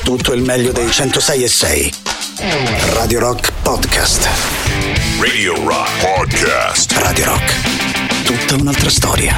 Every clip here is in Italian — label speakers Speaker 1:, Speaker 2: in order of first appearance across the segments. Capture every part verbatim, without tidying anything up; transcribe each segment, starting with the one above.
Speaker 1: tutto il meglio dei centosei e sei. Radio Rock Podcast.
Speaker 2: Radio Rock Podcast.
Speaker 1: Radio Rock, tutta un'altra storia.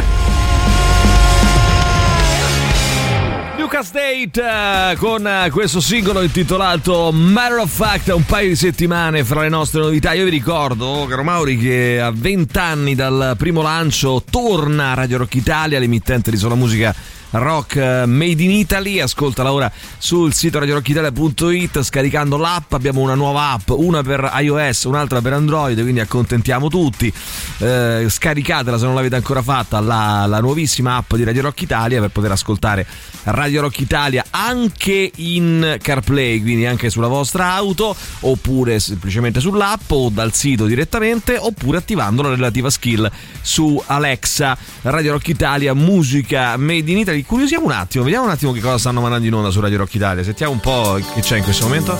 Speaker 3: Lucas Date uh, con uh, questo singolo intitolato Matter of Fact, un paio di settimane fra le nostre novità. Io vi ricordo, caro Mauri, che a vent'anni dal primo lancio torna Radio Rock Italia, l'emittente di sola musica rock made in Italy. Ascoltala ora sul sito radio rock italia punto it scaricando l'app. Abbiamo una nuova app, una per iOS, un'altra per Android, quindi accontentiamo tutti. Eh, scaricatela se non l'avete ancora fatta, la, la nuovissima app di Radio Rock Italia, per poter ascoltare Radio Rock Italia anche in CarPlay, quindi anche sulla vostra auto, oppure semplicemente sull'app o dal sito direttamente, oppure attivando la relativa skill su Alexa. Radio Rock Italia, musica made in Italy. Curiosiamo un attimo, vediamo un attimo che cosa stanno mandando in onda su Radio Rock Italia. Sentiamo un po' che c'è in questo momento.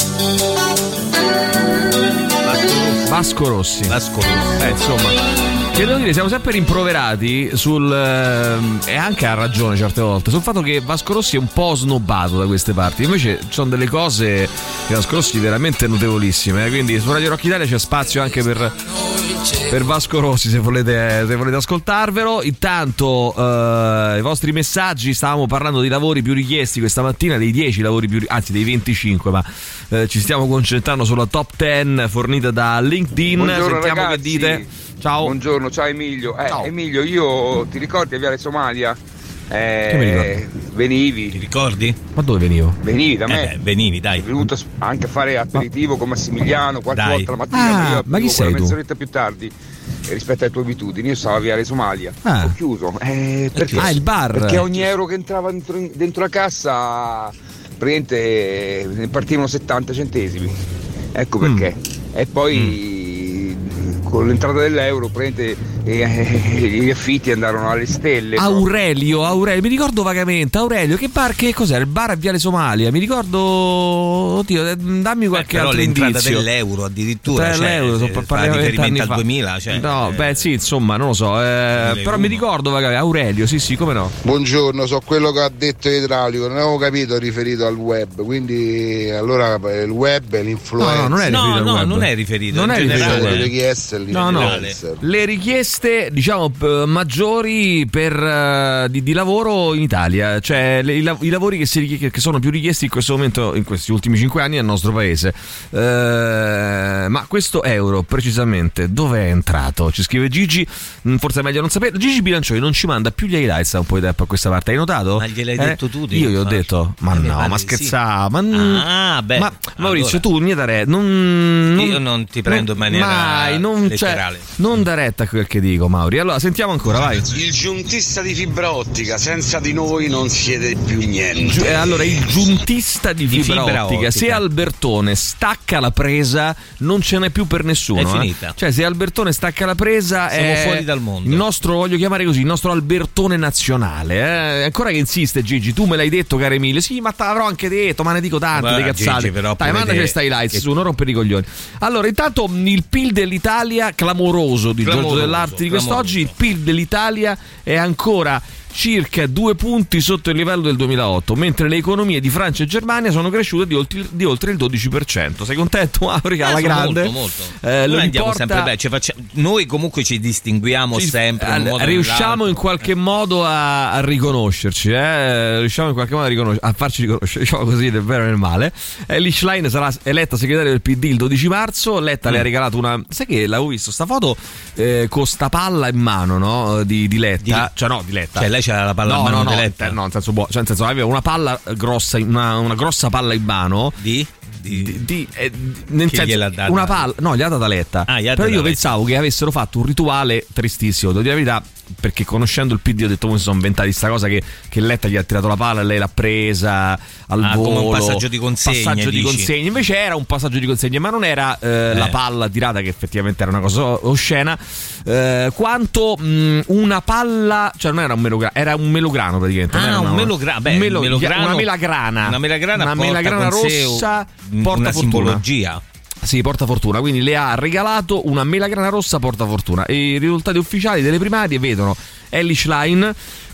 Speaker 3: Vasco Rossi. Vasco Rossi. Eh, insomma, che devo dire, siamo sempre rimproverati sul eh, e anche ha ragione certe volte sul fatto che Vasco Rossi è un po' snobbato da queste parti. Invece ci sono delle cose di Vasco Rossi veramente notevolissime, eh? Quindi su Radio Rock Italia c'è spazio anche per per Vasco Rossi, se volete, se volete ascoltarvelo. Intanto eh, i vostri messaggi, stavamo parlando dei lavori più richiesti questa mattina, dei dieci lavori più, anzi dei venticinque, ma eh, ci stiamo concentrando sulla top dieci fornita da LinkedIn.
Speaker 4: Buongiorno,
Speaker 3: sentiamo
Speaker 4: ragazzi.
Speaker 3: Che dite. Ciao.
Speaker 4: Buongiorno, ciao Emilio. Eh,
Speaker 3: Ciao.
Speaker 4: Emilio, io ti ricordi a Viale Somalia? Eh,
Speaker 3: Che mi ricordi?
Speaker 4: Venivi.
Speaker 5: Ti ricordi?
Speaker 3: Ma dove venivo?
Speaker 4: Venivi da me.
Speaker 5: Eh beh, venivi, dai.
Speaker 4: Sei venuto anche a fare aperitivo con Massimiliano qualche
Speaker 5: Dai.
Speaker 4: volta la mattina.
Speaker 3: Ah,
Speaker 4: io
Speaker 3: ma chi
Speaker 4: arrivo
Speaker 3: sei
Speaker 4: una
Speaker 3: tu?
Speaker 4: mezz'oretta più tardi eh, rispetto alle tue abitudini. Io stavo a Viale Somalia.
Speaker 3: Ah.
Speaker 4: Ho chiuso. Eh, perché?
Speaker 3: Ah, il bar.
Speaker 4: Perché ogni euro che entrava dentro, dentro la cassa, praticamente eh, ne partivano settanta centesimi. Ecco perché.
Speaker 3: Mm.
Speaker 4: E poi con l'entrata dell'euro prende e, e, gli affitti andarono alle stelle.
Speaker 3: Aurelio, Aurelio, mi ricordo vagamente. Aurelio, che bar, che cos'era? Il bar a Viale Somalia. Mi ricordo. Oddio, dammi qualche
Speaker 5: Beh, però
Speaker 3: altro
Speaker 5: l'entrata
Speaker 3: indizio.
Speaker 5: dell'euro addirittura.
Speaker 3: Tre
Speaker 5: Cioè,
Speaker 3: euro, so,
Speaker 5: fa
Speaker 3: parliamo di
Speaker 5: riferimento
Speaker 3: vent'anni
Speaker 5: al
Speaker 3: fa.
Speaker 5: duemila. Cioè,
Speaker 3: no,
Speaker 5: eh,
Speaker 3: beh, sì, insomma, non lo so. Eh, però mi ricordo vagamente. Aurelio, sì, sì, come no.
Speaker 6: Buongiorno, so quello che ha detto idraulico, non avevo capito riferito al web, quindi allora il web è l'influenza.
Speaker 3: No, no, non è riferito
Speaker 5: No,
Speaker 3: al
Speaker 5: no,
Speaker 3: web.
Speaker 5: non è riferito.
Speaker 3: Non
Speaker 5: in
Speaker 3: è riferito al
Speaker 5: generale.
Speaker 3: web.
Speaker 6: Le richieste
Speaker 3: No, no,
Speaker 6: l'influencer.
Speaker 3: le richieste, diciamo, p- maggiori per uh, di, di lavoro in Italia, cioè le, i, la- i lavori che, si richie- che sono più richiesti in questo momento, in questi ultimi cinque anni nel nostro paese. Uh, ma questo euro precisamente dove è entrato? Ci scrive Gigi, forse è meglio non sapere. Gigi Bilancioni non ci manda più gli highlights da un po' di tempo a questa parte, hai notato?
Speaker 5: Ma gliel'hai
Speaker 3: Eh?
Speaker 5: detto tu?
Speaker 3: Io gli ho detto, ma
Speaker 5: Eh, mi
Speaker 3: no,
Speaker 5: pare
Speaker 3: ma
Speaker 5: di sì.
Speaker 3: scherzava, ma,
Speaker 5: Ah, beh,
Speaker 3: ma Maurizio,
Speaker 5: allora.
Speaker 3: tu mi da re, non, non
Speaker 5: Io non ti prendo in maniera
Speaker 3: mai, non,
Speaker 5: letterale.
Speaker 3: cioè, non da retta a quel che dico, Mauri. Allora sentiamo ancora, vai.
Speaker 7: Il giuntista di fibra ottica, senza di noi non siete più niente.
Speaker 3: Gi- eh, allora, il giuntista di
Speaker 5: Di
Speaker 3: fibra,
Speaker 5: fibra
Speaker 3: ottica,
Speaker 5: ottica.
Speaker 3: se Albertone stacca la presa, non ce n'è più per nessuno.
Speaker 5: È
Speaker 3: eh.
Speaker 5: finita.
Speaker 3: Cioè, se Albertone stacca la presa,
Speaker 5: Siamo
Speaker 3: è
Speaker 5: fuori dal mondo.
Speaker 3: il nostro, voglio chiamare così, il nostro Albertone nazionale. Eh. Ancora che insiste, Gigi, tu me l'hai detto, caro Emilio. Sì, ma te l'avrò anche detto, ma ne dico tante
Speaker 5: Guarda,
Speaker 3: di cazzate.
Speaker 5: Gigi, però
Speaker 3: Dai,
Speaker 5: pure
Speaker 3: mandaci
Speaker 5: te-
Speaker 3: questa highlights
Speaker 5: che-
Speaker 3: su, non rompere i coglioni. Allora, intanto il P I L dell'Italia, clamoroso di
Speaker 5: Clamoroso,
Speaker 3: Giorgio Dell'Arte di
Speaker 5: clamoroso.
Speaker 3: quest'oggi. Il P I L dell'Italia è ancora circa due punti sotto il livello del duemilaotto, mentre le economie di Francia e Germania sono cresciute di oltre, di oltre il dodici per cento. Sei contento, Mauri? Alla
Speaker 5: Eh,
Speaker 3: grande?
Speaker 5: molto, molto.
Speaker 3: Eh, lo
Speaker 5: noi andiamo
Speaker 3: importa-
Speaker 5: sempre bene, ci facciamo- noi comunque ci distinguiamo
Speaker 3: Ci-
Speaker 5: sempre in un
Speaker 3: eh,
Speaker 5: modo o
Speaker 3: riusciamo
Speaker 5: nell'altro.
Speaker 3: in qualche modo a, a riconoscerci, eh? riusciamo in qualche modo a, riconoscer- a farci riconoscere, diciamo così, nel vero e nel male. Elly Schlein sarà eletta segretaria del P D il dodici marzo. Letta
Speaker 5: Mm.
Speaker 3: le ha regalato una, sai che l'avevo visto sta foto eh, con sta palla in mano, no? di, di Letta,
Speaker 5: Di-
Speaker 3: cioè no di Letta,
Speaker 5: Cioè lei c'era la palla
Speaker 3: no,
Speaker 5: in mano
Speaker 3: no,
Speaker 5: di
Speaker 3: no,
Speaker 5: Letta?
Speaker 3: eh, no, nel senso buono, cioè nel senso aveva una palla grossa, una, una grossa palla in mano
Speaker 5: Di? Di-
Speaker 3: di, di- eh, nel
Speaker 5: Chi
Speaker 3: senso,
Speaker 5: gliel'ha data?
Speaker 3: una palla, no, gli ha data Letta.
Speaker 5: Ah, gli ha
Speaker 3: però
Speaker 5: data
Speaker 3: io
Speaker 5: Letta.
Speaker 3: pensavo che avessero fatto un rituale tristissimo, devo dire la verità, perché conoscendo il P D ho detto come si sono inventati sta cosa che, che Letta gli ha tirato la palla e lei l'ha presa al
Speaker 5: Ah,
Speaker 3: volo,
Speaker 5: come un passaggio di consegne,
Speaker 3: passaggio di
Speaker 5: dici?
Speaker 3: consegne. Invece era un passaggio di consegne, ma non era eh, la palla tirata, che effettivamente era una cosa oscena, eh, quanto mh, una palla, cioè non era un melograno, era un melograno praticamente. non
Speaker 5: Ah,
Speaker 3: era
Speaker 5: un
Speaker 3: una-
Speaker 5: melogra- beh,
Speaker 3: un melo-
Speaker 5: il melograno-
Speaker 3: una melagrana,
Speaker 5: una melagrana
Speaker 3: una
Speaker 5: porta
Speaker 3: melagrana
Speaker 5: con sé
Speaker 3: rossa,
Speaker 5: un-
Speaker 3: porta
Speaker 5: una
Speaker 3: fortuna.
Speaker 5: simbologia.
Speaker 3: Sì, porta fortuna, quindi le ha regalato una melagrana rossa porta fortuna. E i risultati ufficiali delle primarie vedono Elly Schlein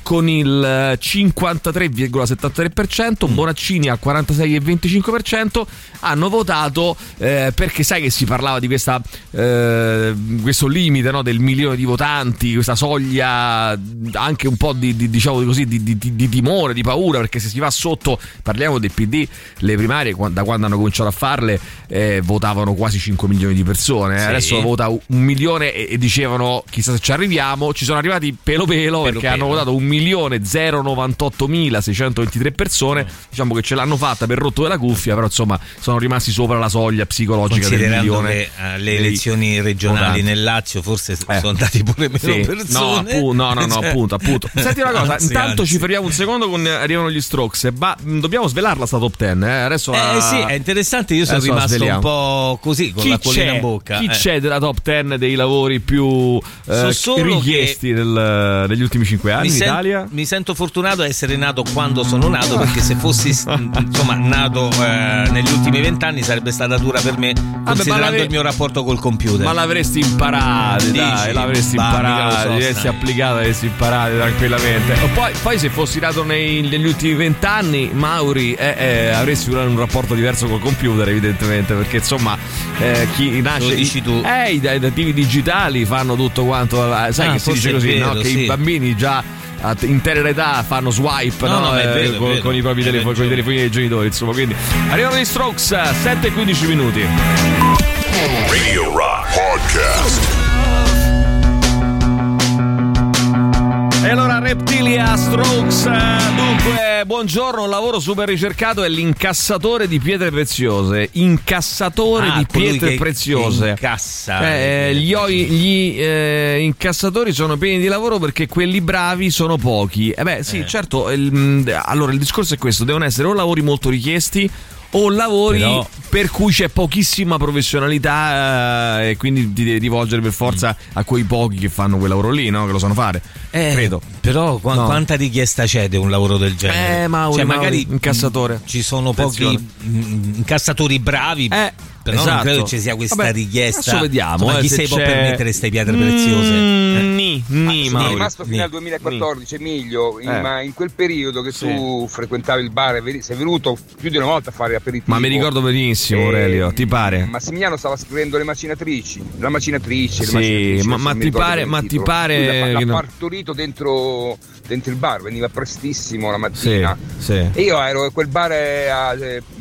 Speaker 3: con il cinquantatré virgola settantatré per cento, mm. Bonaccini al quarantasei virgola venticinque per cento hanno votato eh, perché sai che si parlava di questa eh, questo limite, no, del milione di votanti, questa soglia anche un po' di, di diciamo così di, di, di timore, di paura, perché se si va sotto, parliamo del P D, le primarie da quando hanno cominciato a farle eh, votavano quasi cinque milioni di persone, sì. Adesso vota un milione e, e dicevano chissà se ci arriviamo, ci sono arrivati pelo pelo, pelo perché pelo. hanno votato un milione zero novantottomilaseicentoventitré persone, diciamo che ce l'hanno fatta per rotto della cuffia, però insomma sono rimasti sopra la soglia psicologica del milione.
Speaker 5: Che uh, le elezioni regionali votanti. Nel Lazio forse eh. sono andati pure meno sì. persone.
Speaker 3: No, appu- no, no, no, cioè. appunto, appunto. Senti una cosa, anzi, intanto anzi. ci fermiamo un secondo con arrivano gli Strokes, ma dobbiamo svelarla sta top dieci, eh? Adesso
Speaker 5: eh,
Speaker 3: la...
Speaker 5: sì, è interessante, io sono rimasto un po' così con
Speaker 3: chi
Speaker 5: l'acquolina in bocca.
Speaker 3: Chi
Speaker 5: eh.
Speaker 3: c'è della top dieci dei lavori più eh, richiesti del, degli ultimi cinque anni in
Speaker 5: sen-
Speaker 3: Italia?
Speaker 5: Mi sento fortunato a essere nato quando sono nato, perché se fossi insomma nato eh, negli ultimi vent'anni sarebbe stata dura per me, considerando Vabbè, il mio rapporto col computer.
Speaker 3: Ma l'avresti imparato, dai, l'avresti imparato, so, l'avresti applicata, l'avresti imparato tranquillamente. Poi, poi se fossi nato nei, negli ultimi vent'anni, Mauri, eh, eh, avresti un rapporto diverso col computer, evidentemente, perché insomma eh, chi nasce,
Speaker 5: lo dici tu.
Speaker 3: Eh, i nativi digitali fanno tutto quanto, sai ah, che si dice così, vero, no? Che sì. i bambini già in tenera età fanno swipe,
Speaker 5: no,
Speaker 3: no?
Speaker 5: No,
Speaker 3: eh,
Speaker 5: vero,
Speaker 3: con,
Speaker 5: vero,
Speaker 3: con i propri telefoni, con i telefoni dei genitori, insomma. Quindi arrivano gli Strokes, sette e quindici minuti.
Speaker 2: Radio Rock Podcast.
Speaker 3: E allora Reptilia, Strokes, dunque buongiorno, un lavoro super ricercato è l'incassatore di pietre preziose, incassatore
Speaker 5: ah,
Speaker 3: di pietre
Speaker 5: che,
Speaker 3: preziose.
Speaker 5: Che incassa.
Speaker 3: Eh, gli gli eh, incassatori sono pieni di lavoro perché quelli bravi sono pochi. Eh beh sì, eh. certo, il, allora il discorso è questo, devono essere o lavori molto richiesti o lavori Però... per cui c'è pochissima professionalità eh, e quindi ti devi rivolgere per forza mm. a quei pochi che fanno quel lavoro lì, no? Che lo sanno fare.
Speaker 5: Eh,
Speaker 3: credo.
Speaker 5: Però qu- no. quanta richiesta c'è di un lavoro del genere?
Speaker 3: Eh, Mauri,
Speaker 5: cioè,
Speaker 3: Mauri,
Speaker 5: magari
Speaker 3: incassatore.
Speaker 5: Mh, ci sono pochi mh, incassatori bravi.
Speaker 3: Eh.
Speaker 5: Però
Speaker 3: esatto.
Speaker 5: non credo ci sia questa
Speaker 3: Vabbè,
Speaker 5: richiesta.
Speaker 3: adesso vediamo.
Speaker 5: Ma
Speaker 3: eh,
Speaker 5: chi si può permettere queste pietre preziose?
Speaker 3: Mm,
Speaker 5: eh.
Speaker 3: Ni, ni,
Speaker 4: ma
Speaker 3: ma
Speaker 4: sono rimasto fino al duemilaquattordici, Emilio, in,
Speaker 3: eh.
Speaker 4: ma in quel periodo che
Speaker 3: sì.
Speaker 4: tu frequentavi il bar, sei venuto più di una volta a fare aperitivo.
Speaker 3: Ma mi ricordo benissimo, Aurelio, ti pare?
Speaker 4: Massimiliano stava scrivendo le macinatrici, la macinatrice,
Speaker 3: sì,
Speaker 4: le macinatrici,
Speaker 3: ma, ma ti pare, ma ti pare
Speaker 4: l'ha,
Speaker 3: che
Speaker 4: l'ha
Speaker 3: no.
Speaker 4: partorito dentro, dentro il bar, veniva prestissimo la mattina.
Speaker 3: Sì, sì.
Speaker 4: E io ero quel bar a,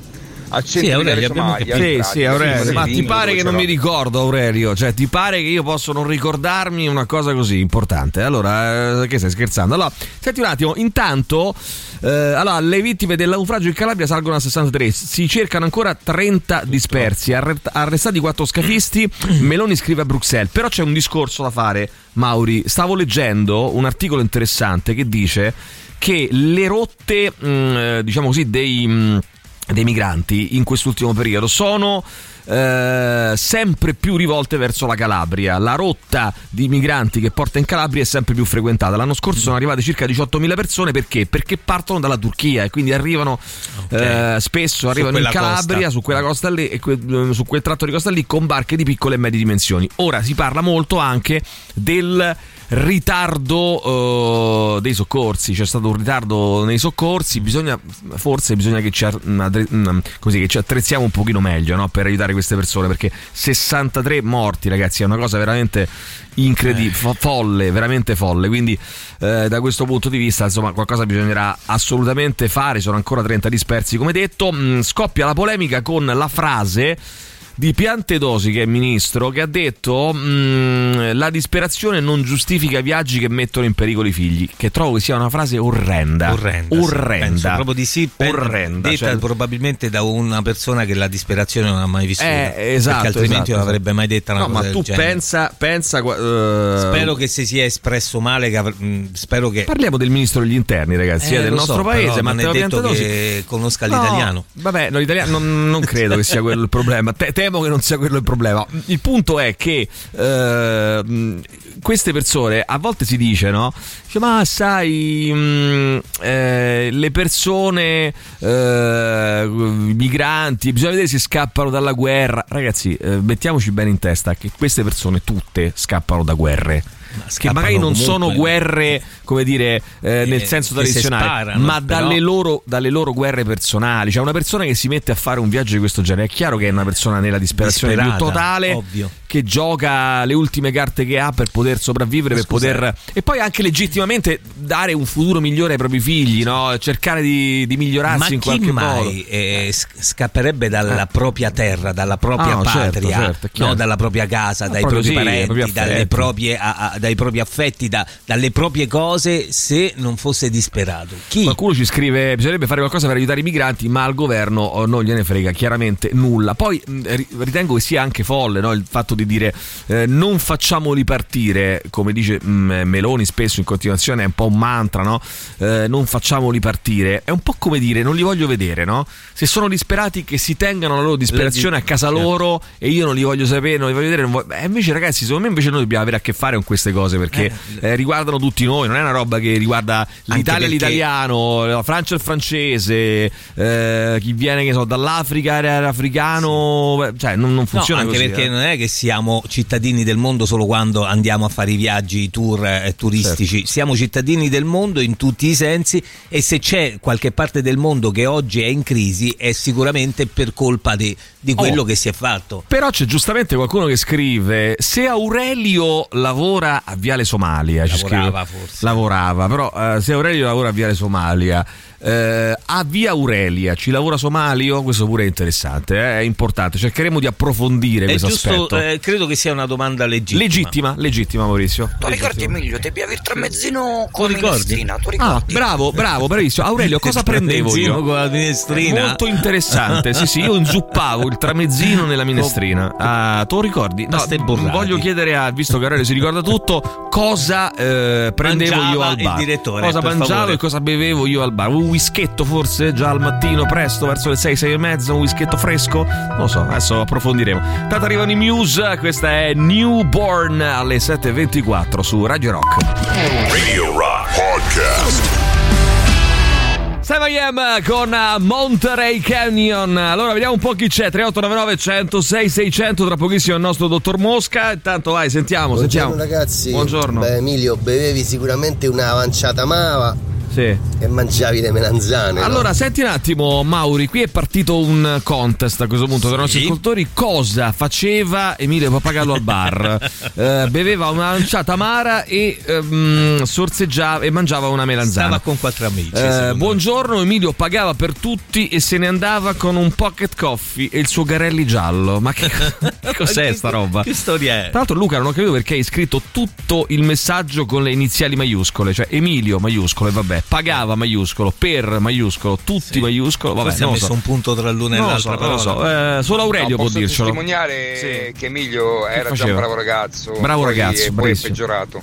Speaker 4: a centro
Speaker 5: sì, Aurelio,
Speaker 4: di Somalia.
Speaker 3: Sì, sì, Aurelio, sì, ma ti pare che non mi
Speaker 4: ricordo
Speaker 3: ricordo, Aurelio? Cioè, ti pare che io posso non ricordarmi una cosa così importante? Allora, eh, che stai scherzando? Allora, senti un attimo, intanto eh, allora, le vittime del naufragio in Calabria salgono a sessantatré, si cercano ancora trenta dispersi, arrestati quattro scafisti, Meloni scrive a Bruxelles. Però c'è un discorso da fare, Mauri, stavo leggendo un articolo interessante che dice che le rotte, mh, diciamo così, dei... Mh, dei migranti in quest'ultimo periodo sono eh, sempre più rivolte verso la Calabria. La rotta di migranti che porta in Calabria è sempre più frequentata. L'anno scorso sono arrivate circa diciottomila persone. Perché? Perché partono dalla Turchia e quindi arrivano okay. eh, spesso arrivano in Calabria, costa. su quella costa lì e que- su quel tratto di costa lì con barche di piccole e medie dimensioni. Ora si parla molto anche del ritardo uh, dei soccorsi. C'è stato un ritardo nei soccorsi, bisogna forse bisogna che ci, così, che ci attrezziamo un pochino meglio, no? Per aiutare queste persone, perché sessantatré morti, ragazzi, è una cosa veramente incredibile, fo- folle, veramente folle. Quindi eh, da questo punto di vista, insomma, qualcosa bisognerà assolutamente fare. Sono ancora trenta dispersi, come detto. Mh, scoppia la polemica con la frase di Piantedosi, che è ministro, che ha detto mh, la disperazione non giustifica viaggi che mettono in pericolo i figli, che trovo che sia una frase orrenda
Speaker 5: orrenda,
Speaker 3: orrenda
Speaker 5: sì, proprio di sì,
Speaker 3: orrenda,
Speaker 5: detta
Speaker 3: cioè,
Speaker 5: probabilmente da una persona che la disperazione non ha mai vissuto,
Speaker 3: eh, esatto,
Speaker 5: perché altrimenti
Speaker 3: esatto,
Speaker 5: non avrebbe mai detta una
Speaker 3: no,
Speaker 5: cosa
Speaker 3: ma
Speaker 5: del
Speaker 3: tu
Speaker 5: genere.
Speaker 3: pensa pensa uh,
Speaker 5: spero che si sia espresso male, che av- mh, spero che
Speaker 3: parliamo del ministro degli interni, ragazzi, eh, del nostro
Speaker 5: so,
Speaker 3: paese,
Speaker 5: ma
Speaker 3: Matteo
Speaker 5: non è detto
Speaker 3: Piantedosi,
Speaker 5: che conosca
Speaker 3: no,
Speaker 5: l'italiano.
Speaker 3: Vabbè, no, l'italiano non, non credo che sia quello il problema. Te- temo che non sia quello il problema. Il punto è che eh, queste persone, a volte si dice, no? Dice, ma sai, mh, eh, le persone, eh, i migranti, bisogna vedere se scappano dalla guerra. Ragazzi, eh, mettiamoci bene in testa che queste persone tutte scappano da guerre. che magari non comunque. sono guerre, come dire, eh, nel eh, senso tradizionale, sparano, ma dalle, però... loro, dalle loro guerre personali. Cioè una persona che si mette a fare un viaggio di questo genere, è chiaro che è una persona nella disperazione più totale, ovvio. Che gioca le ultime carte che ha per poter sopravvivere, per poter, e poi anche legittimamente dare un futuro migliore ai propri figli, no? Cercare di, di migliorarsi
Speaker 5: ma
Speaker 3: in qualche
Speaker 5: mai,
Speaker 3: modo.
Speaker 5: Eh, scapperebbe dalla eh. propria terra, dalla propria
Speaker 3: ah,
Speaker 5: patria,
Speaker 3: certo, certo,
Speaker 5: no, dalla propria casa, no, dai propri sì, parenti, propri dalle proprie, a, a, dai propri affetti, da, dalle proprie cose, se non fosse disperato. Chi?
Speaker 3: Qualcuno ci scrive: bisognerebbe fare qualcosa per aiutare i migranti, ma al governo non gliene frega chiaramente nulla. Poi ritengo che sia anche folle, no, il fatto di dire eh, non facciamoli partire, come dice mh, Meloni spesso in continuazione, è un po' un mantra, no? Eh, non facciamoli partire, è un po' come dire non li voglio vedere, no? Se sono disperati che si tengano la loro disperazione a casa loro e io non li voglio sapere, non li voglio vedere, non voglio... Eh, invece ragazzi, secondo me invece noi dobbiamo avere a che fare con queste cose, perché eh, riguardano tutti noi, non è una roba che riguarda l'Italia e perché... l'italiano, la Francia e il francese, eh, chi viene che so dall'Africa era africano, cioè non, non funziona
Speaker 5: no, anche
Speaker 3: così,
Speaker 5: perché
Speaker 3: eh.
Speaker 5: non è che siamo cittadini del mondo solo quando andiamo a fare i viaggi, i tour eh, turistici, certo. Siamo cittadini del mondo in tutti i sensi, e se c'è qualche parte del mondo che oggi è in crisi è sicuramente per colpa di, di quello oh, che si è fatto.
Speaker 3: Però c'è giustamente qualcuno che scrive: se Aurelio lavora a Viale Somalia,
Speaker 5: lavorava
Speaker 3: ci
Speaker 5: forse
Speaker 3: lavorava però eh, se Aurelio lavora a Viale Somalia, Eh, a Via Aurelia ci lavora Somalio? Questo pure è interessante, eh? È importante, cercheremo di approfondire
Speaker 5: è
Speaker 3: questo
Speaker 5: giusto,
Speaker 3: aspetto.
Speaker 5: Eh, credo che sia una domanda legittima.
Speaker 3: Legittima, legittima Maurizio.
Speaker 8: Tu ricordi Emilio, devi avere il tramezzino con la minestrina, tu ricordi?
Speaker 3: Ah, bravo, bravo, bravissimo. Aurelio, cosa prendevo io?
Speaker 5: Con la minestrina.
Speaker 3: Molto interessante, sì sì, io inzuppavo il tramezzino nella minestrina. Ah, tu lo ricordi? No, voglio chiedere a, visto che Aurelio si ricorda tutto, cosa eh, prendevo
Speaker 5: mangiava
Speaker 3: io al bar.
Speaker 5: Il direttore,
Speaker 3: cosa mangiavo
Speaker 5: favore.
Speaker 3: E cosa bevevo io al bar. Un whisketto forse già al mattino presto verso le sei, sei e mezza, un whisketto fresco, non lo so, adesso approfondiremo. Tanto arrivano i Muse, questa è Newborn alle sette e ventiquattro su Radio Rock.
Speaker 2: Radio Rock Podcast.
Speaker 3: sette a.m. con Monterey Canyon. Allora vediamo un po' chi c'è. tre otto nove nove uno zero sei sei zero zero. Tra pochissimo il nostro dottor Mosca. Intanto vai, sentiamo.
Speaker 9: Buongiorno
Speaker 3: sentiamo.
Speaker 9: ragazzi.
Speaker 3: Buongiorno.
Speaker 9: Beh, Emilio, bevevi sicuramente una panciata mava.
Speaker 3: Sì.
Speaker 9: E mangiavi le melanzane.
Speaker 3: Allora,
Speaker 9: no?
Speaker 3: senti un attimo, Mauri, qui è partito un contest a questo punto sì. Tra i nostri ascoltatori. Cosa faceva Emilio Pappagallo al bar? eh, beveva una panciata amara e ehm, sorseggiava e mangiava una melanzana.
Speaker 5: Stava con quattro amici.
Speaker 3: Eh, buongiorno, me. Emilio pagava per tutti e se ne andava con un pocket coffee e il suo Garelli giallo. Ma che, che cos'è che, sta roba?
Speaker 5: Che storia è?
Speaker 3: Tra l'altro, Luca, non ho capito perché hai scritto tutto il messaggio con le iniziali maiuscole, cioè Emilio maiuscolo e vabbè. Pagava maiuscolo, per maiuscolo, tutti sì. maiuscolo. Vabbè,
Speaker 5: forse ha messo
Speaker 3: so.
Speaker 5: un punto tra l'una e
Speaker 3: non
Speaker 5: l'altra.
Speaker 3: Non lo so, non lo so. Eh, solo Aurelio
Speaker 4: no,
Speaker 3: può dircelo.
Speaker 4: Posso testimoniare sì. che Emilio
Speaker 3: che
Speaker 4: era
Speaker 3: faceva?
Speaker 4: già un bravo ragazzo.
Speaker 3: Bravo
Speaker 4: poi,
Speaker 3: ragazzo,
Speaker 4: e poi è peggiorato.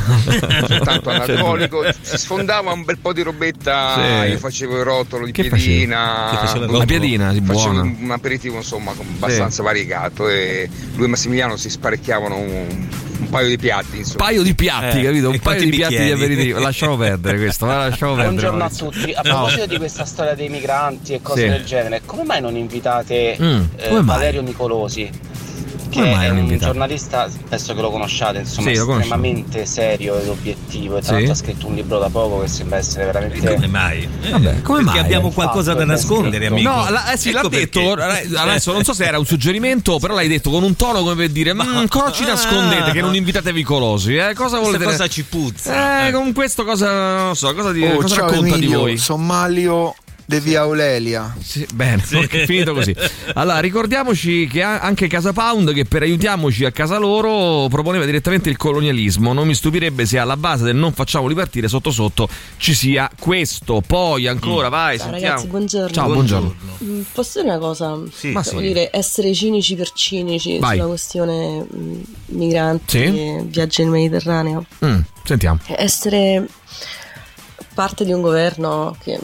Speaker 4: Soltanto analcolico. Si sfondava un bel po' di robetta. Sì. Io facevo il rotolo di
Speaker 3: che
Speaker 4: piedina.
Speaker 3: Che la piedina, sì, buona.
Speaker 4: Un aperitivo insomma abbastanza sì. variegato. E lui e Massimiliano si sparecchiavano un. Un paio di piatti, insomma.
Speaker 3: Un paio di piatti,
Speaker 5: eh,
Speaker 3: capito? Un paio di
Speaker 5: bicchieri?
Speaker 3: piatti di aperitivo. Lasciamo perdere questo, lasciamo perdere.
Speaker 10: Buongiorno a tutti. A proposito no. di questa storia dei migranti e cose sì. del genere, come mai non invitate mm, eh, Valerio Nicolosi? Che è un giornalista, penso che lo conosciate, insomma, sì, estremamente serio ed obiettivo. E tra l'altro sì. ha scritto un libro da poco che sembra essere veramente.
Speaker 5: E come mai? Eh,
Speaker 3: Vabbè, come
Speaker 5: perché
Speaker 3: mai?
Speaker 5: abbiamo qualcosa da nascondere, amico.
Speaker 3: No, la, eh sì,
Speaker 5: ecco
Speaker 3: l'ha detto. Adesso non so se era un suggerimento, però l'hai detto con un tono come per dire: Ma cosa ci nascondete che non invitate Vicolosi? Eh? Cosa volete?
Speaker 5: Questa cosa ci puzza.
Speaker 3: Eh, con questo cosa non so, cosa, di,
Speaker 11: oh,
Speaker 3: cosa
Speaker 11: ciao
Speaker 3: racconta
Speaker 11: Emilio,
Speaker 3: di voi?
Speaker 11: Sommalio De Via Aurelia.
Speaker 3: Sì, bene, sì. Finito così. Allora, ricordiamoci che anche Casa Pound, che per aiutiamoci a casa loro, proponeva direttamente il colonialismo. Non mi stupirebbe se alla base del non facciamoli partire sotto sotto ci sia questo. Poi ancora, mm. vai,
Speaker 12: ciao,
Speaker 3: sentiamo.
Speaker 12: ragazzi, buongiorno.
Speaker 3: Ciao, buongiorno.
Speaker 12: buongiorno. Posso dire una cosa?
Speaker 5: Sì.
Speaker 12: Ma
Speaker 3: sì.
Speaker 12: Devo dire, essere cinici per cinici vai. Sulla questione mh, migranti sì. e viaggi nel Mediterraneo.
Speaker 3: Mm, sentiamo.
Speaker 12: Essere parte di un governo che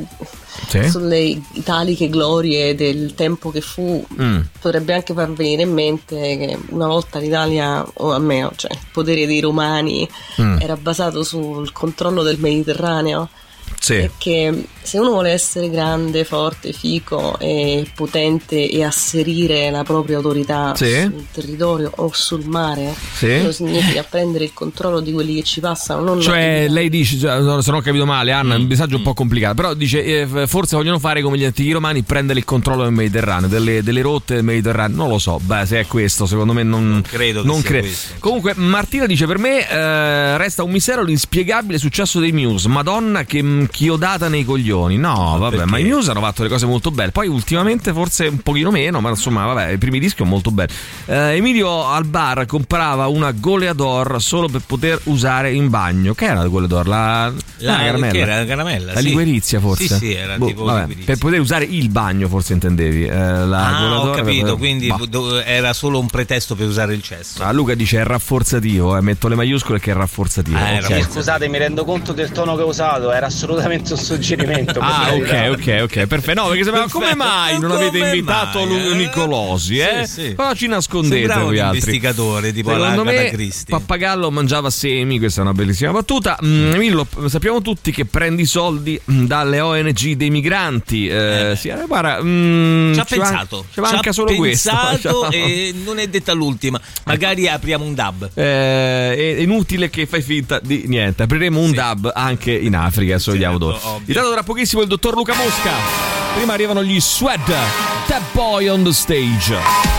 Speaker 3: sì.
Speaker 12: sulle italiche glorie del tempo che fu mm. potrebbe anche far venire in mente che una volta l'Italia, o almeno cioè, il potere dei romani mm. era basato sul controllo del Mediterraneo.
Speaker 3: sì.
Speaker 12: è che se uno vuole essere grande, forte, fico e potente e asserire la propria autorità sì. sul territorio o sul mare, sì. quello significa prendere il controllo di quelli che ci passano. Non
Speaker 3: cioè lei dice, se non ho capito male Anna, è un messaggio un po' complicato, però dice eh, forse vogliono fare come gli antichi romani, prendere il controllo del Mediterraneo, delle, delle rotte del Mediterraneo, non lo so, beh se è questo secondo me non,
Speaker 5: non credo che
Speaker 3: non
Speaker 5: sia
Speaker 3: credo.
Speaker 5: questo.
Speaker 3: Comunque Martina dice per me eh, resta un mistero l'inspiegabile successo dei Muse, Madonna che chiodata nei coglioni. No, vabbè, perché? Ma i Muse hanno fatto le cose molto belle. Poi ultimamente forse un pochino meno, ma insomma, vabbè, i primi dischi sono molto belli. Eh, Emilio al bar comprava una Goleador solo per poter usare in bagno. Che era la Goleador? La,
Speaker 5: la,
Speaker 3: la caramella.
Speaker 5: Che era la caramella,
Speaker 3: la
Speaker 5: sì.
Speaker 3: liquirizia forse.
Speaker 5: Sì, sì, era
Speaker 3: boh,
Speaker 5: tipo
Speaker 3: vabbè, per poter usare il bagno forse intendevi. Eh, la
Speaker 5: ah,
Speaker 3: Goleador
Speaker 5: ho capito,
Speaker 3: per...
Speaker 5: quindi
Speaker 3: bah.
Speaker 5: era solo un pretesto per usare il cesso.
Speaker 3: Ah, Luca dice è rafforzativo, eh, metto le maiuscole che è rafforzativo.
Speaker 10: Ah, okay. Scusate, mi rendo conto del tono che ho usato, era assolutamente un suggerimento.
Speaker 3: Ah, ok, ok, ok, perfetto. No, perché sapeva come mai non avete come invitato mai, eh? Nicolosi, eh? Sì, sì. Però ci nascondete
Speaker 5: Sembrava
Speaker 3: voi
Speaker 5: un
Speaker 3: altri.
Speaker 5: investigatore tipo
Speaker 3: secondo me
Speaker 5: Christie.
Speaker 3: Pappagallo mangiava semi, questa è una bellissima battuta. Mm, Emilio, sappiamo tutti che prendi soldi dalle O N G dei migranti. Eh, eh. Sì, guarda, mm,
Speaker 5: ci ha
Speaker 3: ci
Speaker 5: pensato,
Speaker 3: ci manca solo
Speaker 5: pensato
Speaker 3: questo.
Speaker 5: E non è detta l'ultima. Magari apriamo un dub.
Speaker 3: Eh, è inutile che fai finta di niente. Apriremo un sì. dub anche in Africa, so certo, dopo. Intanto tra pochissimo il dottor Luca Mosca. Prima arrivano gli Sweat, That Boy on the Stage.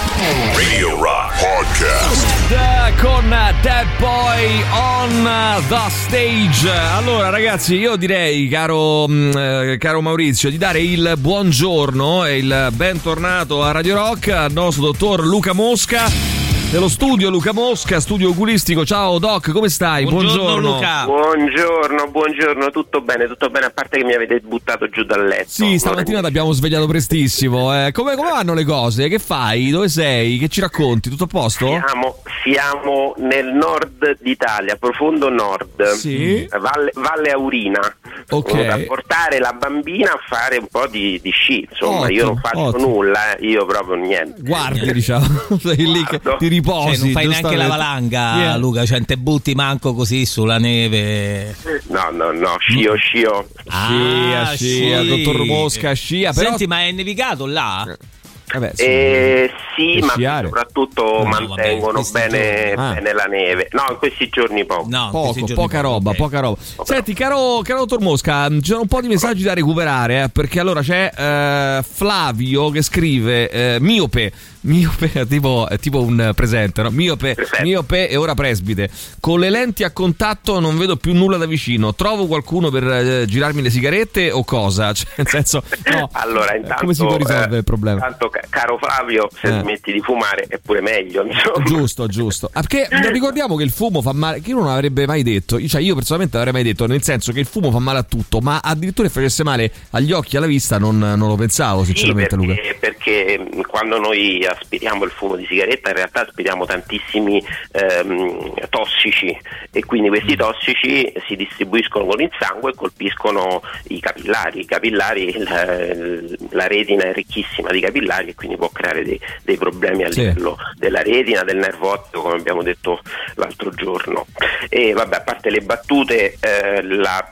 Speaker 2: Radio Rock Podcast.
Speaker 3: Da, con That Boy on the Stage. Allora ragazzi, io direi, caro, eh, caro Maurizio, di dare il buongiorno e il bentornato a Radio Rock al nostro dottor Luca Mosca. Dello studio Luca Mosca, studio oculistico. Ciao Doc, come stai?
Speaker 5: Buongiorno,
Speaker 3: buongiorno
Speaker 5: Luca.
Speaker 13: Buongiorno, buongiorno, tutto bene, tutto bene, a parte che mi avete buttato giù dal letto.
Speaker 3: Sì, stamattina ti abbiamo svegliato prestissimo. Eh, come, come vanno le cose? Che fai? Dove sei? Che ci racconti? Tutto a posto?
Speaker 13: Siamo, siamo nel nord d'Italia, profondo nord.
Speaker 3: Sì.
Speaker 13: Valle, Valle Aurina.
Speaker 3: Ok.
Speaker 13: Da portare la bambina a fare un po' di, di sci. Insomma, ottimo, io non faccio ottimo. nulla, eh, io proprio niente.
Speaker 3: Guardi, diciamo, sei lì che ti riposi.
Speaker 5: Cioè, non fai neanche la valanga, yeah. Luca, cioè non te butti manco così sulla neve.
Speaker 13: No, no, no, scio, scio.
Speaker 3: Ah, scia, scia, dottor Mosca, scia. Però...
Speaker 5: Senti, ma è nevicato là?
Speaker 13: Vabbè, sì, eh, sì ma soprattutto no, mantengono vabbè, bene, ah. bene la neve. No, in questi giorni poco.
Speaker 3: No, poco, giorni poca poco, roba, okay. poca roba. Poca Senti, roba. caro, caro dottor Mosca, ci sono un po' di messaggi da recuperare, eh, perché allora c'è eh, Flavio che scrive eh, miope. Miope, tipo, tipo un presente, no? Miope, miope e ora presbite. Con le lenti a contatto non vedo più nulla da vicino. Trovo qualcuno per eh, girarmi le sigarette o cosa? Cioè, nel senso, no.
Speaker 13: Allora, intanto,
Speaker 3: come si può risolvere eh, il problema?
Speaker 13: Intanto, caro Flavio, se eh. smetti di fumare è pure meglio, insomma.
Speaker 3: Giusto, giusto. Perché ricordiamo che il fumo fa male, che io non avrebbe mai detto, cioè io personalmente non avrei mai detto, nel senso che il fumo fa male a tutto, ma addirittura che facesse male agli occhi, alla vista, non, non lo pensavo, sinceramente,
Speaker 13: sì, perché,
Speaker 3: Luca.
Speaker 13: Perché quando noi aspiriamo il fumo di sigaretta, in realtà aspiriamo tantissimi ehm, tossici, e quindi questi tossici si distribuiscono con il sangue e colpiscono i capillari. I capillari, la, la retina è ricchissima di capillari e quindi può creare dei, dei problemi a sì. livello della retina, del nervo ottico, come abbiamo detto l'altro giorno. E vabbè, a parte le battute, eh, la,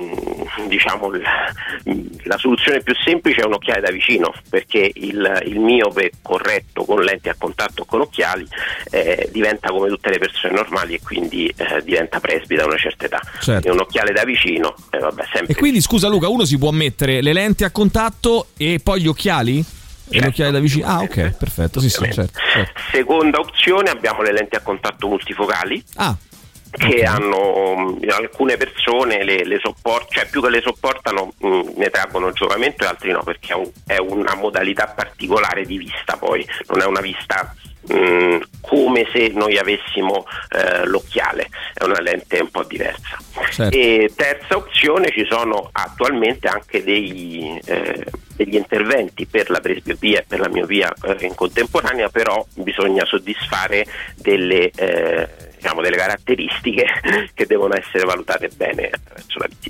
Speaker 13: mh, diciamo la, la soluzione più semplice è un occhiale da vicino, perché il, il miope corretto con lenti a contatto con occhiali eh, diventa come tutte le persone normali e quindi eh, diventa presbite a una certa età. Certo. E un occhiale da vicino, eh, vabbè, sempre.
Speaker 3: E quindi scusa Luca, uno si può mettere le lenti a contatto e poi gli occhiali? Certo. E occhiali da vicino? Ah, ok, perfetto. Sì, sì, certo, certo.
Speaker 13: Seconda opzione, abbiamo le lenti a contatto multifocali.
Speaker 3: Ah.
Speaker 13: Che okay. hanno alcune persone le, le sopportano, cioè più che le sopportano mh, ne traggono giovamento, e altri no, perché è, un, è una modalità particolare di vista, poi non è una vista mh, come se noi avessimo eh, l'occhiale, è una lente un po' diversa. Certo. E terza opzione, ci sono attualmente anche dei, eh, degli interventi per la presbiopia e per la miopia eh, in contemporanea, però bisogna soddisfare delle eh, diciamo delle caratteristiche che devono essere valutate bene attraverso la visita.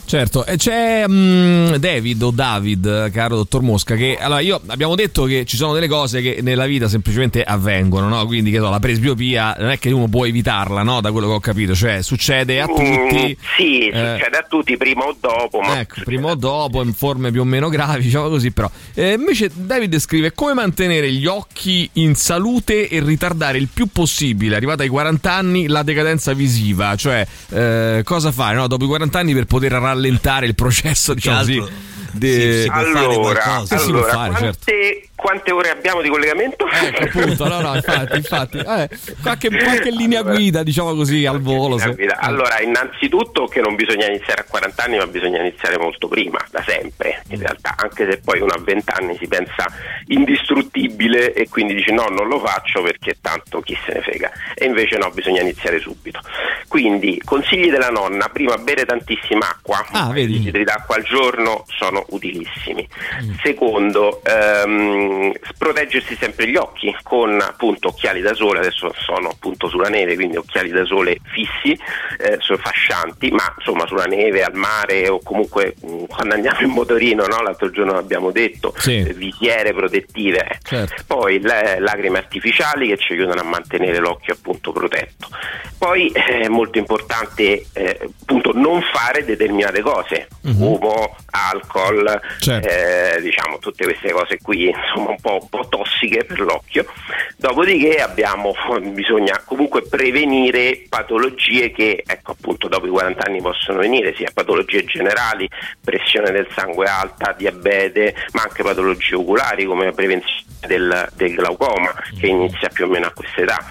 Speaker 3: Certo, e c'è um, David o David, caro dottor Mosca, che allora io abbiamo detto che ci sono delle cose che nella vita semplicemente avvengono, no? Quindi che so, la presbiopia non è che uno può evitarla, no? Da quello che ho capito, cioè succede a tutti.
Speaker 13: Mm, sì,
Speaker 3: eh,
Speaker 13: succede a tutti prima o dopo. Ma
Speaker 3: ecco, prima o dopo, in forme più o meno gravi, diciamo così, però. Eh, invece David scrive: come mantenere gli occhi in salute e ritardare il più possibile, arrivata ai quaranta anni, la decadenza visiva, cioè eh, cosa fare, no? Dopo i quaranta anni per poter rallentare il processo, diciamo così.
Speaker 13: De... Sì, allora,
Speaker 3: allora
Speaker 13: sì, fare, quante,
Speaker 3: certo.
Speaker 13: quante ore abbiamo di collegamento?
Speaker 3: Ecco, appunto, no, no, infatti, infatti eh, qualche, qualche linea guida, diciamo così, al volo. Se...
Speaker 13: Allora, innanzitutto che non bisogna iniziare a quaranta anni, ma bisogna iniziare molto prima, da sempre, in realtà, anche se poi uno a venti anni si pensa indistruttibile e quindi dice no, non lo faccio perché tanto chi se ne frega, e invece no, bisogna iniziare subito. Quindi, consigli della nonna: prima bere tantissima acqua,
Speaker 3: ah, vedi.
Speaker 13: I litri d'acqua al giorno sono utilissimi. Mm. Secondo, ehm, proteggersi sempre gli occhi con appunto occhiali da sole, adesso sono appunto sulla neve, quindi occhiali da sole fissi, eh, fascianti, ma insomma sulla neve, al mare o comunque mh, quando andiamo in motorino, no? L'altro giorno abbiamo detto, sì. eh, visiere protettive, certo. Poi le lacrime artificiali che ci aiutano a mantenere l'occhio appunto protetto. Poi è eh, molto importante eh, appunto non fare determinate cose, uh-huh. fumo, alcol, certo. eh, diciamo tutte queste cose qui, insomma un po', un po' tossiche per l'occhio. Dopodiché abbiamo bisogna comunque prevenire patologie che ecco appunto dopo i quaranta anni possono venire, sia patologie generali, pressione del sangue alta, diabete, ma anche patologie oculari come la prevenzione del, del glaucoma che inizia più o meno a questa età.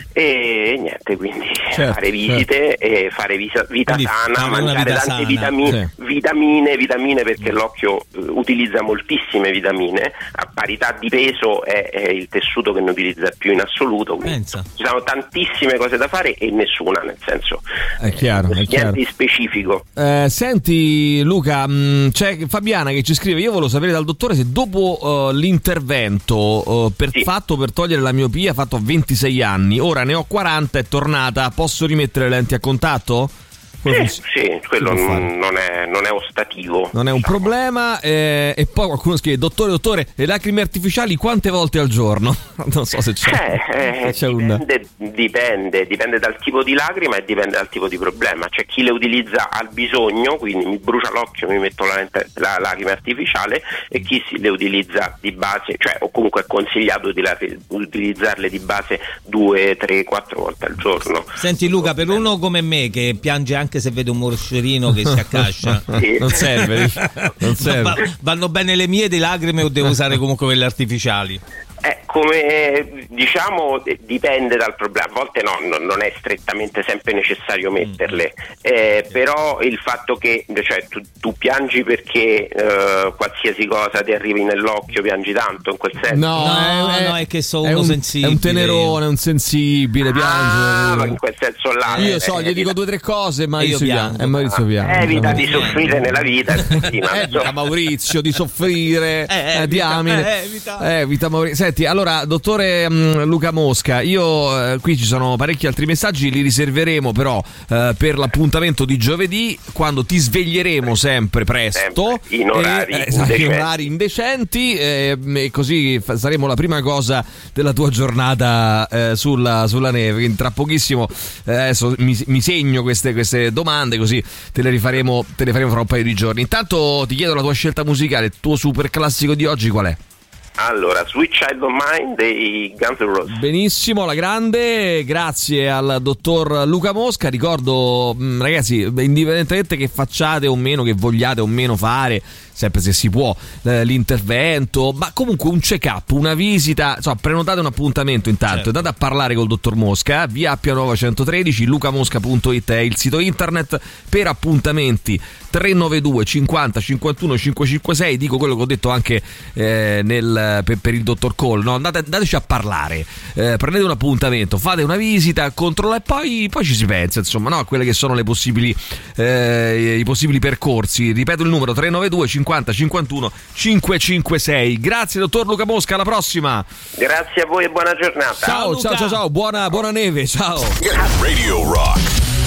Speaker 13: E niente, quindi certo, fare visite, certo. e fare vita, vita sana, mangiare tante sana, vitamine, sì. vitamine, vitamine perché mm. l'occhio uh, utilizza moltissime vitamine, a parità di peso è, è il tessuto che ne utilizza più in assoluto, quindi ci sono tantissime cose da fare e nessuna, nel senso
Speaker 3: è chiaro,
Speaker 13: eh,
Speaker 3: è chiaro.
Speaker 13: Niente di specifico.
Speaker 3: Eh, senti Luca, mh, c'è Fabiana che ci scrive: io volevo sapere dal dottore se dopo uh, l'intervento uh, per sì. fatto per togliere la miopia fatto a ventisei anni, ora ne ho quaranta, è tornata, posso rimettere le lenti a contatto?
Speaker 13: Sì, sì, quello non, non, è, non è ostativo.
Speaker 3: Non è un diciamo. problema. Eh, e poi qualcuno scrive: dottore, dottore, le lacrime artificiali quante volte al giorno? Non so se c'è.
Speaker 13: Eh,
Speaker 3: se c'è
Speaker 13: dipende,
Speaker 3: un...
Speaker 13: dipende, dipende dal tipo di lacrima e dipende dal tipo di problema. C'è chi le utilizza al bisogno, quindi mi brucia l'occhio, mi metto la, lente, la lacrima artificiale, e chi si le utilizza di base, cioè o comunque è consigliato di la, utilizzarle di base due, tre, quattro volte al giorno.
Speaker 5: Senti Luca, per uno come me che piange anche se vede un moscerino che si accascia,
Speaker 13: sì.
Speaker 3: non serve, non serve.
Speaker 5: Va, vanno bene le mie di lacrime o devo usare comunque quelle artificiali?
Speaker 13: Eh, come diciamo dipende dal problema, a volte no, non è strettamente sempre necessario metterle, eh, però il fatto che cioè, tu, tu piangi perché eh, qualsiasi cosa ti arrivi nell'occhio, piangi tanto in quel senso?
Speaker 5: No, no, è, no, è che sono uno
Speaker 3: un,
Speaker 5: sensibile.
Speaker 3: È un tenerone, un sensibile, piange.
Speaker 13: Ah, ma in quel senso là.
Speaker 3: Io so, gli dico due o tre cose, ma io piango. È Maurizio piange.
Speaker 13: Ah, evita di soffrire nella vita. Sì, ma
Speaker 3: evita Maurizio di soffrire, eh, eh, diamine. Eh, evita. evita Maurizio. Senti, allora, dottore um, Luca Mosca, io eh, qui ci sono parecchi altri messaggi, li riserveremo però eh, per l'appuntamento di giovedì, quando ti sveglieremo sempre presto,
Speaker 13: sempre in orari,
Speaker 3: e, eh, indecenti. in orari indecenti eh, e così fa- saremo la prima cosa della tua giornata eh, sulla, sulla neve. Quindi tra pochissimo eh, adesso mi, mi segno queste, queste domande, così te le rifaremo, te le faremo fra un paio di giorni. Intanto ti chiedo la tua scelta musicale, il tuo super classico di oggi qual è?
Speaker 13: Allora, Sweet Child of Mine dei Guns N' Roses.
Speaker 3: Benissimo, la grande, grazie al dottor Luca Mosca. Ricordo, ragazzi, indipendentemente che facciate o meno, che vogliate o meno fare, sempre se si può, eh, l'intervento, ma comunque un check-up, una visita, insomma, prenotate un appuntamento intanto, certo. Andate a parlare col dottor Mosca, via Appia Nuova centotredici, lucamosca punto it è il sito internet per appuntamenti. Tre nove due cinquanta cinquantuno cinquecentocinquantasei, dico quello che ho detto anche eh, nel, per, per il dottor Cole, no? Andate, andateci a parlare, eh, prendete un appuntamento, fate una visita, controllate e poi, poi ci si pensa, insomma, no? A quelle che sono le possibili, eh, i possibili percorsi. Ripeto il numero: tre nove due cinquanta cinquantuno cinquecentocinquantasei. Grazie dottor Luca Mosca, alla prossima.
Speaker 13: Grazie a voi e buona giornata.
Speaker 3: Ciao, ciao, ciao, ciao, buona, buona neve, ciao.
Speaker 2: Radio Rock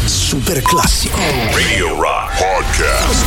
Speaker 1: super classico.
Speaker 2: Radio Rock Podcast.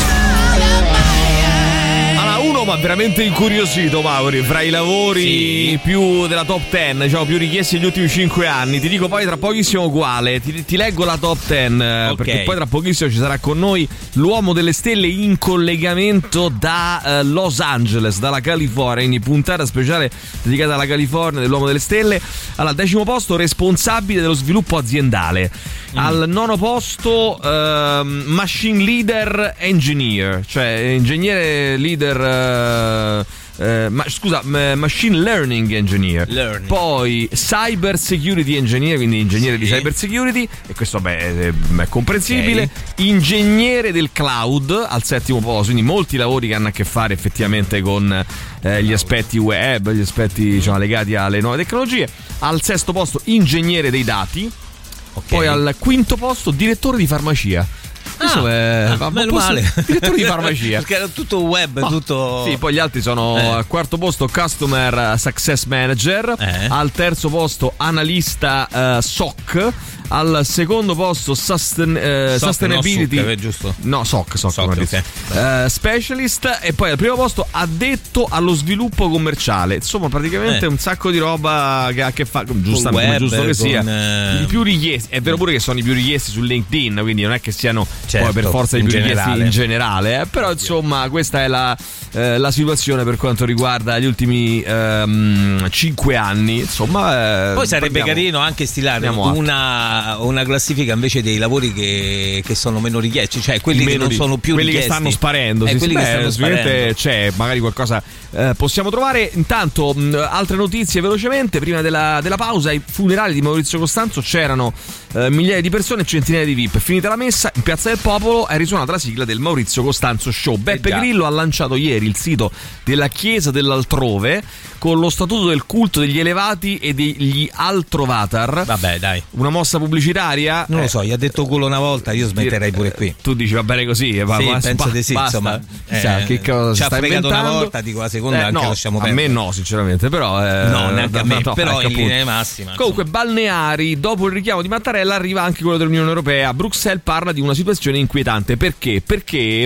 Speaker 3: Uno ma veramente incuriosito, Mauri, fra i lavori sì. più della top dieci, diciamo più richiesti negli ultimi cinque anni. Ti dico poi tra pochissimo quale, ti, ti leggo la top dieci, okay. Perché poi tra pochissimo ci sarà con noi l'uomo delle stelle in collegamento da uh, Los Angeles, dalla California, quindi puntata speciale dedicata alla California dell'uomo delle stelle. Al decimo posto, responsabile dello sviluppo aziendale. Mm. Al nono posto, uh, machine leader engineer, cioè ingegnere leader Uh, uh, ma, scusa uh, machine learning engineer. Learning. Poi cyber security engineer, quindi ingegnere sì. di cyber security, e questo vabbè è, è comprensibile. Okay. Ingegnere del cloud al settimo posto, quindi molti lavori che hanno a che fare effettivamente con eh, gli aspetti web, gli aspetti diciamo, legati alle nuove tecnologie. Al sesto posto ingegnere dei dati. Okay. Poi al quinto posto direttore di farmacia.
Speaker 5: Ah, è, ah, meno male.
Speaker 3: Direttore di farmacia.
Speaker 5: Perché era tutto web, oh, tutto.
Speaker 3: Sì, poi gli altri sono eh. al quarto posto Customer Success Manager, eh. al terzo posto analista uh, S O C, al secondo posto sustain, uh,
Speaker 5: S O C,
Speaker 3: Sustainability.
Speaker 5: No, S O C, giusto?
Speaker 3: No, S O C, S O C, S O C okay. uh, Specialist, e poi al primo posto addetto allo sviluppo commerciale. Insomma, praticamente eh. un sacco di roba che ha a che fare, giustamente, come giusto che sia, uh... i più richiesti. È vero pure che sono i più richiesti su LinkedIn, quindi non è che siano certo, poi per forza i più richiesti in generale, eh, però insomma questa è la, eh, la situazione per quanto riguarda gli ultimi ehm, cinque anni. Insomma, eh,
Speaker 5: poi sarebbe andiamo, carino anche stilare una, una classifica invece dei lavori che, che sono meno richiesti, cioè quelli meno che non di, sono più
Speaker 3: quelli
Speaker 5: richiesti,
Speaker 3: che stanno sparendo.
Speaker 5: Eh,
Speaker 3: sì,
Speaker 5: quelli
Speaker 3: sì,
Speaker 5: che
Speaker 3: beh,
Speaker 5: stanno sparendo.
Speaker 3: C'è magari qualcosa eh, possiamo trovare. Intanto mh, altre notizie velocemente prima della, della pausa. Ai funerali di Maurizio Costanzo c'erano eh, migliaia di persone e centinaia di V I P. Finita la messa in Piazza del Popolo è risuonata la sigla del Maurizio Costanzo Show. Beppe eh Grillo ha lanciato ieri il sito della Chiesa dell'Altrove con lo statuto del culto degli elevati e degli altrovatar.
Speaker 5: Vabbè, dai.
Speaker 3: Una mossa pubblicitaria?
Speaker 5: Non
Speaker 3: eh,
Speaker 5: lo so, gli ha detto culo una volta, io smetterei pure qui.
Speaker 3: Tu dici va bene così?
Speaker 5: Sì,
Speaker 3: ma,
Speaker 5: penso
Speaker 3: ma,
Speaker 5: di sì,
Speaker 3: basta.
Speaker 5: insomma.
Speaker 3: Eh, che cosa
Speaker 5: ci ha fregato
Speaker 3: inventando?
Speaker 5: Una volta, dico la seconda eh, anche
Speaker 3: no,
Speaker 5: lasciamo
Speaker 3: a
Speaker 5: perdere.
Speaker 3: me no, sinceramente, però eh,
Speaker 5: no, neanche a me,
Speaker 3: no,
Speaker 5: però
Speaker 3: ecco,
Speaker 5: in linea massima.
Speaker 3: Comunque insomma. Balneari, dopo il richiamo di Mattarella arriva anche quello dell'Unione Europea. Bruxelles parla di una situazione inquietante. Perché? Perché eh,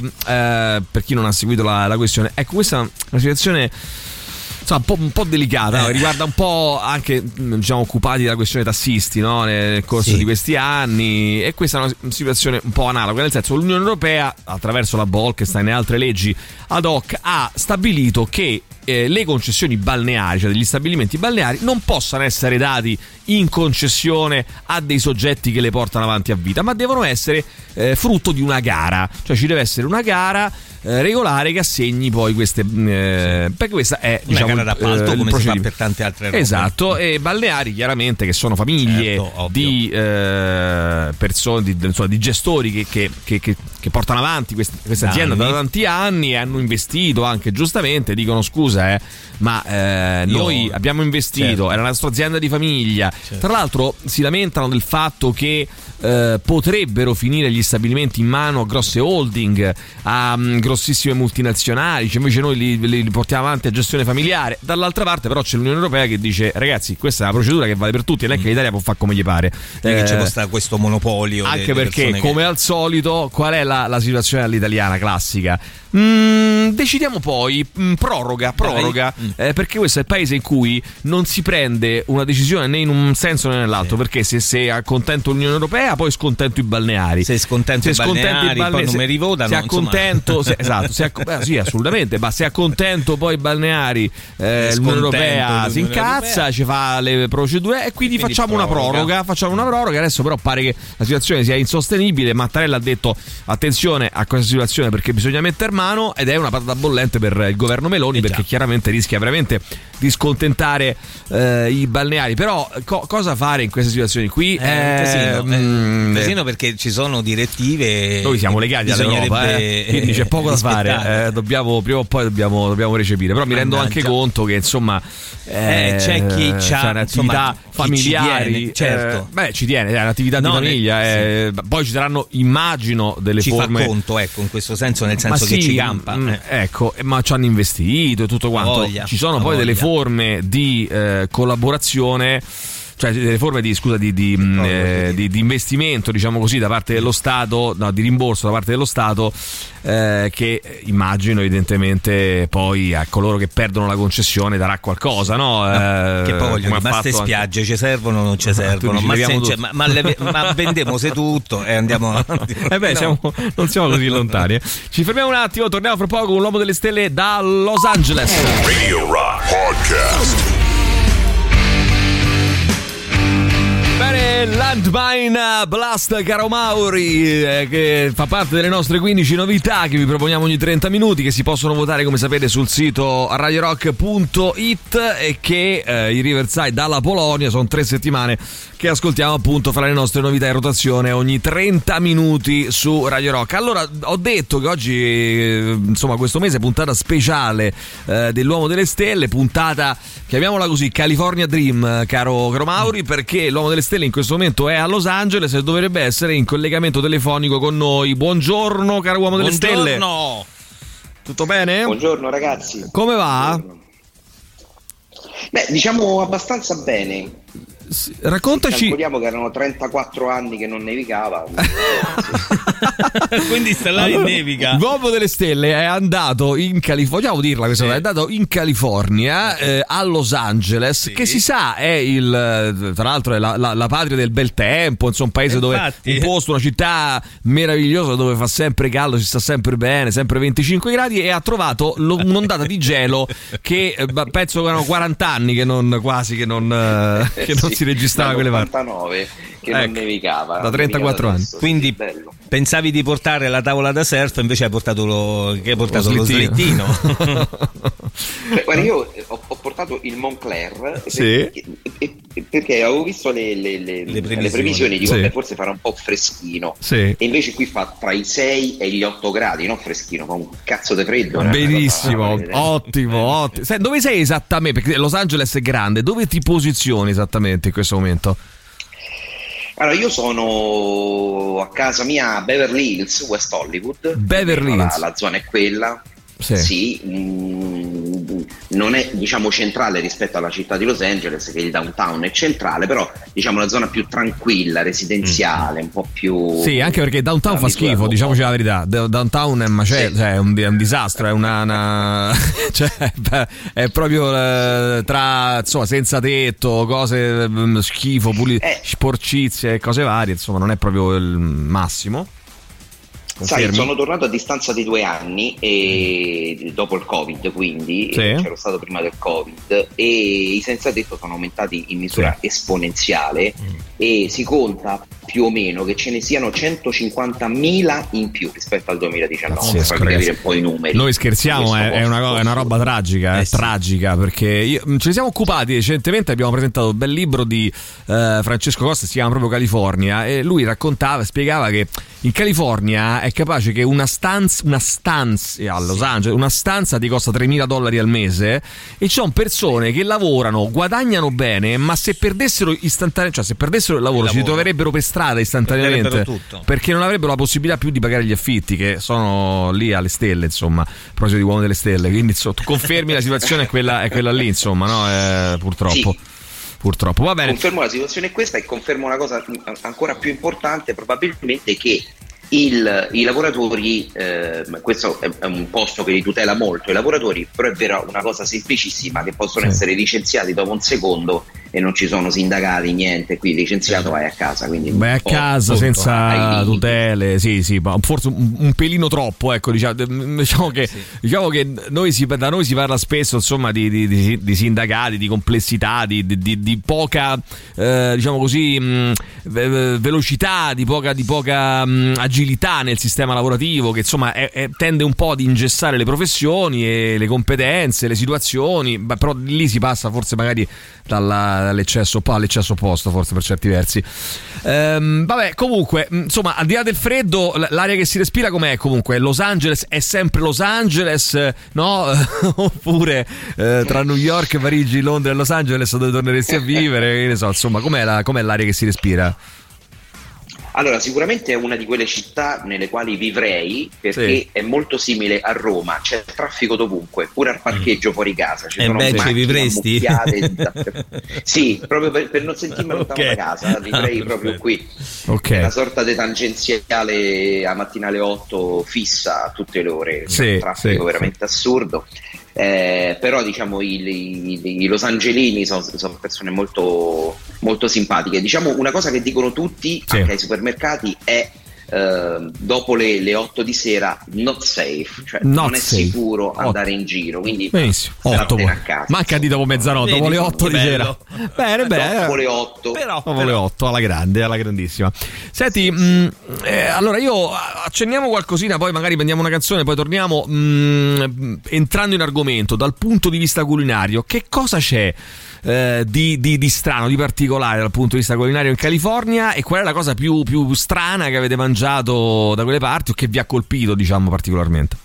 Speaker 3: per chi non ha seguito la, la questione, ecco, questa è una situazione insomma, un, po', un po' delicata, no? Riguarda un po' anche diciamo occupati della questione tassisti, no? Nel corso sì. di questi anni, e questa è una situazione un po' analoga, nel senso l'Unione Europea attraverso la Bolkestein e altre leggi ad hoc ha stabilito che eh, le concessioni balneari, cioè degli stabilimenti balneari, non possano essere dati in concessione a dei soggetti che le portano avanti a vita, ma devono essere eh, frutto di una gara, cioè ci deve essere una gara eh, regolare che assegni poi queste eh, perché questa è diciamo
Speaker 5: una gara d'appalto eh, come si fa per tante altre robe.
Speaker 3: Esatto, e balneari chiaramente che sono famiglie certo, di eh, persone di, insomma, di gestori che, che, che, che, che portano avanti questa, questa azienda da tanti anni e hanno investito anche giustamente, dicono scusa eh, ma eh, noi Io, abbiamo investito, certo. era la nostra azienda di famiglia. Certo. Tra l'altro si lamentano del fatto che eh, potrebbero finire gli stabilimenti in mano a grosse holding, a um, grossissime multinazionali, cioè invece noi li, li portiamo avanti a gestione familiare. Dall'altra parte però c'è l'Unione Europea che dice ragazzi questa è una procedura che vale per tutti, non è che l'Italia può fare come gli pare,
Speaker 5: non è eh, che ci può stare questo monopolio
Speaker 3: anche
Speaker 5: de,
Speaker 3: perché
Speaker 5: de
Speaker 3: come
Speaker 5: che...
Speaker 3: al solito qual è la, la situazione all'italiana classica? Mm, decidiamo poi mm, proroga proroga mm. eh, perché questo è il paese in cui non si prende una decisione né in un senso né nell'altro, sì. perché se sei accontento l'Unione Europea poi scontento i balneari,
Speaker 5: se scontento i balneari, balneari poi non mi rivotano,
Speaker 3: se accontento se, esatto se acc- eh, sì assolutamente, ma se accontento poi i balneari eh, l'Unione Europea si incazza, Europea. ci fa le procedure e quindi, quindi facciamo proroga. una proroga facciamo una proroga adesso però pare che la situazione sia insostenibile. Mattarella ha detto attenzione a questa situazione perché bisogna metter mano, ed è una patata bollente per il governo Meloni, eh perché chiaramente rischia veramente di scontentare eh, i balneari. Però co- cosa fare in queste situazioni qui?
Speaker 5: Eh, eh, casino, mm, eh, casino perché ci sono direttive,
Speaker 3: noi siamo legati all'Europa eh, quindi c'è poco da fare, eh, dobbiamo prima o poi dobbiamo, dobbiamo recepire, però mi rendo anche conto che insomma
Speaker 5: eh, c'è chi ha
Speaker 3: attività familiari,
Speaker 5: ci tiene, certo.
Speaker 3: eh, beh ci tiene, è un'attività no, di famiglia eh, sì. Poi ci saranno immagino delle
Speaker 5: ci
Speaker 3: forme,
Speaker 5: fa conto ecco in questo senso, nel senso
Speaker 3: ma
Speaker 5: che
Speaker 3: sì,
Speaker 5: ci campa
Speaker 3: mh, eh. ecco, ma ci hanno investito e tutto quanto,
Speaker 5: voglia,
Speaker 3: ci sono poi
Speaker 5: voglia.
Speaker 3: delle forme di eh, collaborazione cioè delle forme di scusa di, di, no, eh, di, di investimento, diciamo così, da parte dello Stato, no, di rimborso da parte dello Stato, eh, che immagino evidentemente poi a coloro che perdono la concessione darà qualcosa, no?
Speaker 5: no
Speaker 3: eh,
Speaker 5: che poi vogliono, ma ste spiagge anche... ci servono o non ci servono? Ma, se, cioè, ma, ma, le, ma vendiamo se tutto e andiamo avanti.
Speaker 3: Eh beh, no. siamo, non siamo così lontani. Ci fermiamo un attimo, torniamo fra poco con l'Uomo delle Stelle da Los Angeles.
Speaker 2: Radio Rock Podcast.
Speaker 3: Bene, Landmine Blast, caro Mauri, eh, che fa parte delle nostre quindici novità che vi proponiamo ogni trenta minuti, che si possono votare, come sapete, sul sito radio rock punto it, e che eh, i Riverside dalla Polonia sono tre settimane che ascoltiamo appunto fra le nostre novità in rotazione ogni trenta minuti su Radio Rock. Allora, ho detto che oggi, eh, insomma, questo mese è puntata speciale eh, dell'Uomo delle Stelle, puntata, chiamiamola così, California Dream, caro, caro Mauri, perché l'Uomo delle Stelle in questo momento è a Los Angeles e dovrebbe essere in collegamento telefonico con noi. Buongiorno, caro Uomo delle
Speaker 5: Buongiorno.
Speaker 3: Stelle. Tutto bene?
Speaker 14: Buongiorno ragazzi.
Speaker 3: Come va?
Speaker 14: Buongiorno. Beh, diciamo abbastanza bene.
Speaker 3: Raccontaci.
Speaker 14: Calcoliamo che erano trentaquattro anni che non nevicava.
Speaker 5: Quindi sta là in nevica.
Speaker 3: L'Uomo delle Stelle è andato in California, vogliamo dirla questa, sì. È andato in California, eh, a Los Angeles, sì. Che si sa è il, tra l'altro è la, la, la patria del bel tempo, insomma, un paese dove, un posto, una città meravigliosa dove fa sempre caldo, si sta sempre bene, sempre venticinque gradi, e ha trovato lo, un'ondata di gelo che eh, penso che erano quaranta anni che non, quasi che non, eh, che non
Speaker 14: sì,
Speaker 3: si registrava quelle parti.
Speaker 14: novantanove che
Speaker 3: ecco,
Speaker 14: non nevicava
Speaker 3: da trentaquattro anni.
Speaker 14: adesso,
Speaker 5: quindi
Speaker 14: sì, bello.
Speaker 5: Pensavi di portare la tavola da surf, invece hai portato lo, che hai portato lo slittino. Lo slittino.
Speaker 14: Beh, guarda, io ho, ho portato il Moncler,
Speaker 3: sì.
Speaker 14: perché, perché avevo visto le, le, le, le previsioni, le previsioni dico,
Speaker 3: sì.
Speaker 14: beh, forse farà un po' freschino,
Speaker 3: sì.
Speaker 14: E invece qui fa tra i sei e gli otto gradi, non freschino, ma un cazzo di freddo.
Speaker 3: Benissimo, eh, ottimo, ottimo. Sai, dove sei esattamente? Perché Los Angeles è grande, dove ti posizioni esattamente in questo momento?
Speaker 14: Allora, io sono a casa mia a Beverly Hills, West Hollywood.
Speaker 3: Beverly Hills.
Speaker 14: La, la zona è quella.
Speaker 3: Sì.
Speaker 14: Sì, mh, non è, diciamo, centrale rispetto alla città di Los Angeles, che il downtown è centrale, però diciamo la zona più tranquilla, residenziale, mm. un po' più.
Speaker 3: Sì, anche perché downtown fa schifo, diciamoci la verità. Downtown è macello, sì. Cioè, è, un, è un disastro, è una, una cioè, è proprio eh, tra, insomma, senza tetto, cose, schifo, puli- eh. sporcizie, cose varie, insomma, non è proprio il massimo. Confermi?
Speaker 14: Sai, sono tornato a distanza di due anni e dopo il Covid, quindi sì. eh, c'ero stato prima del Covid, e i senza tetto sono aumentati in misura sì. esponenziale, mm. e si conta più o meno che ce ne siano centocinquantamila in più rispetto al duemiladiciannove, per farvi capire un po' i numeri.
Speaker 3: Noi scherziamo, è, è, una, è una roba tragica, eh, è sì. tragica, perché io, ce ne siamo occupati recentemente, abbiamo presentato un bel libro di eh, Francesco Costa, si chiama proprio California, e lui raccontava, spiegava che in California è capace che una stanza, una stanza a Los Angeles, una stanza ti costa tremila dollari al mese, e ci sono persone che lavorano, guadagnano bene, ma se perdessero istantaneamente, cioè se perdessero il lavoro, il lavoro. si troverebbero per strada istantaneamente, perché non avrebbero la possibilità più di pagare gli affitti, che sono lì alle stelle, insomma, a proposito di Uomo delle Stelle, quindi insomma, tu confermi la situazione è quella, è quella lì, insomma, no? Eh, purtroppo. Sì. Purtroppo, va bene.
Speaker 14: Confermo la situazione è questa, e confermo una cosa ancora più importante, probabilmente, che il, i lavoratori, eh, questo è, è un posto che li tutela molto i lavoratori, però è vera una cosa semplicissima, che possono sì. essere licenziati dopo un secondo e non ci sono sindacati, niente, qui licenziato vai a casa, quindi
Speaker 3: vai a casa punto, senza tutele, sì sì, forse un, un pelino troppo, ecco, diciamo, diciamo che sì. diciamo che noi si, da noi si parla spesso, insomma, di, di, di, di sindacati, di complessità, di, di, di poca eh, diciamo così mh, velocità, di poca, di poca mh, agilità nel sistema lavorativo, che insomma è, è, tende un po' ad ingessare le professioni e le competenze, le situazioni, beh, però lì si passa forse magari dalla dall'eccesso, all'eccesso opposto, forse per certi versi. Ehm, vabbè, comunque, insomma, al di là del freddo, l'aria che si respira com'è? Comunque, Los Angeles è sempre Los Angeles, no? Oppure eh, tra New York, Parigi, Londra e Los Angeles dove torneresti a vivere? Che ne so, insomma, com'è, la, com'è l'aria che si respira?
Speaker 14: Allora, sicuramente è una di quelle città nelle quali vivrei, perché sì. è molto simile a Roma, c'è traffico dovunque, pure al parcheggio mm. fuori casa. Ci
Speaker 5: e
Speaker 14: sono
Speaker 5: beh, ci vivresti?
Speaker 14: Sì, proprio per, per non sentirmi lontano okay. da casa, vivrei ah, proprio qui.
Speaker 3: Okay.
Speaker 14: Una sorta di tangenziale a mattina alle otto fissa a tutte le ore,
Speaker 3: sì,
Speaker 14: un traffico
Speaker 3: sì,
Speaker 14: veramente
Speaker 3: sì.
Speaker 14: assurdo. Eh, però diciamo i, i, i losangelini sono, sono persone molto, molto simpatiche. Diciamo una cosa che dicono tutti sì. anche ai supermercati è Uh, dopo le, le otto di sera not safe, cioè
Speaker 3: not
Speaker 14: non è
Speaker 3: safe.
Speaker 14: sicuro
Speaker 3: otto.
Speaker 14: andare in giro, quindi
Speaker 3: benissimo, otto a casa. Manca di dopo mezzanotte, dopo le otto di sera. Bene, bene.
Speaker 14: Dopo le otto.
Speaker 3: Però, dopo però. le otto alla grande, alla grandissima. Senti, mh, eh, allora io accenniamo qualcosina, poi magari prendiamo una canzone, poi torniamo mh, entrando in argomento dal punto di vista culinario. Che cosa c'è Eh, di, di, di strano, di particolare dal punto di vista culinario in California, e qual è la cosa più, più strana che avete mangiato da quelle parti o che vi ha colpito, diciamo, particolarmente?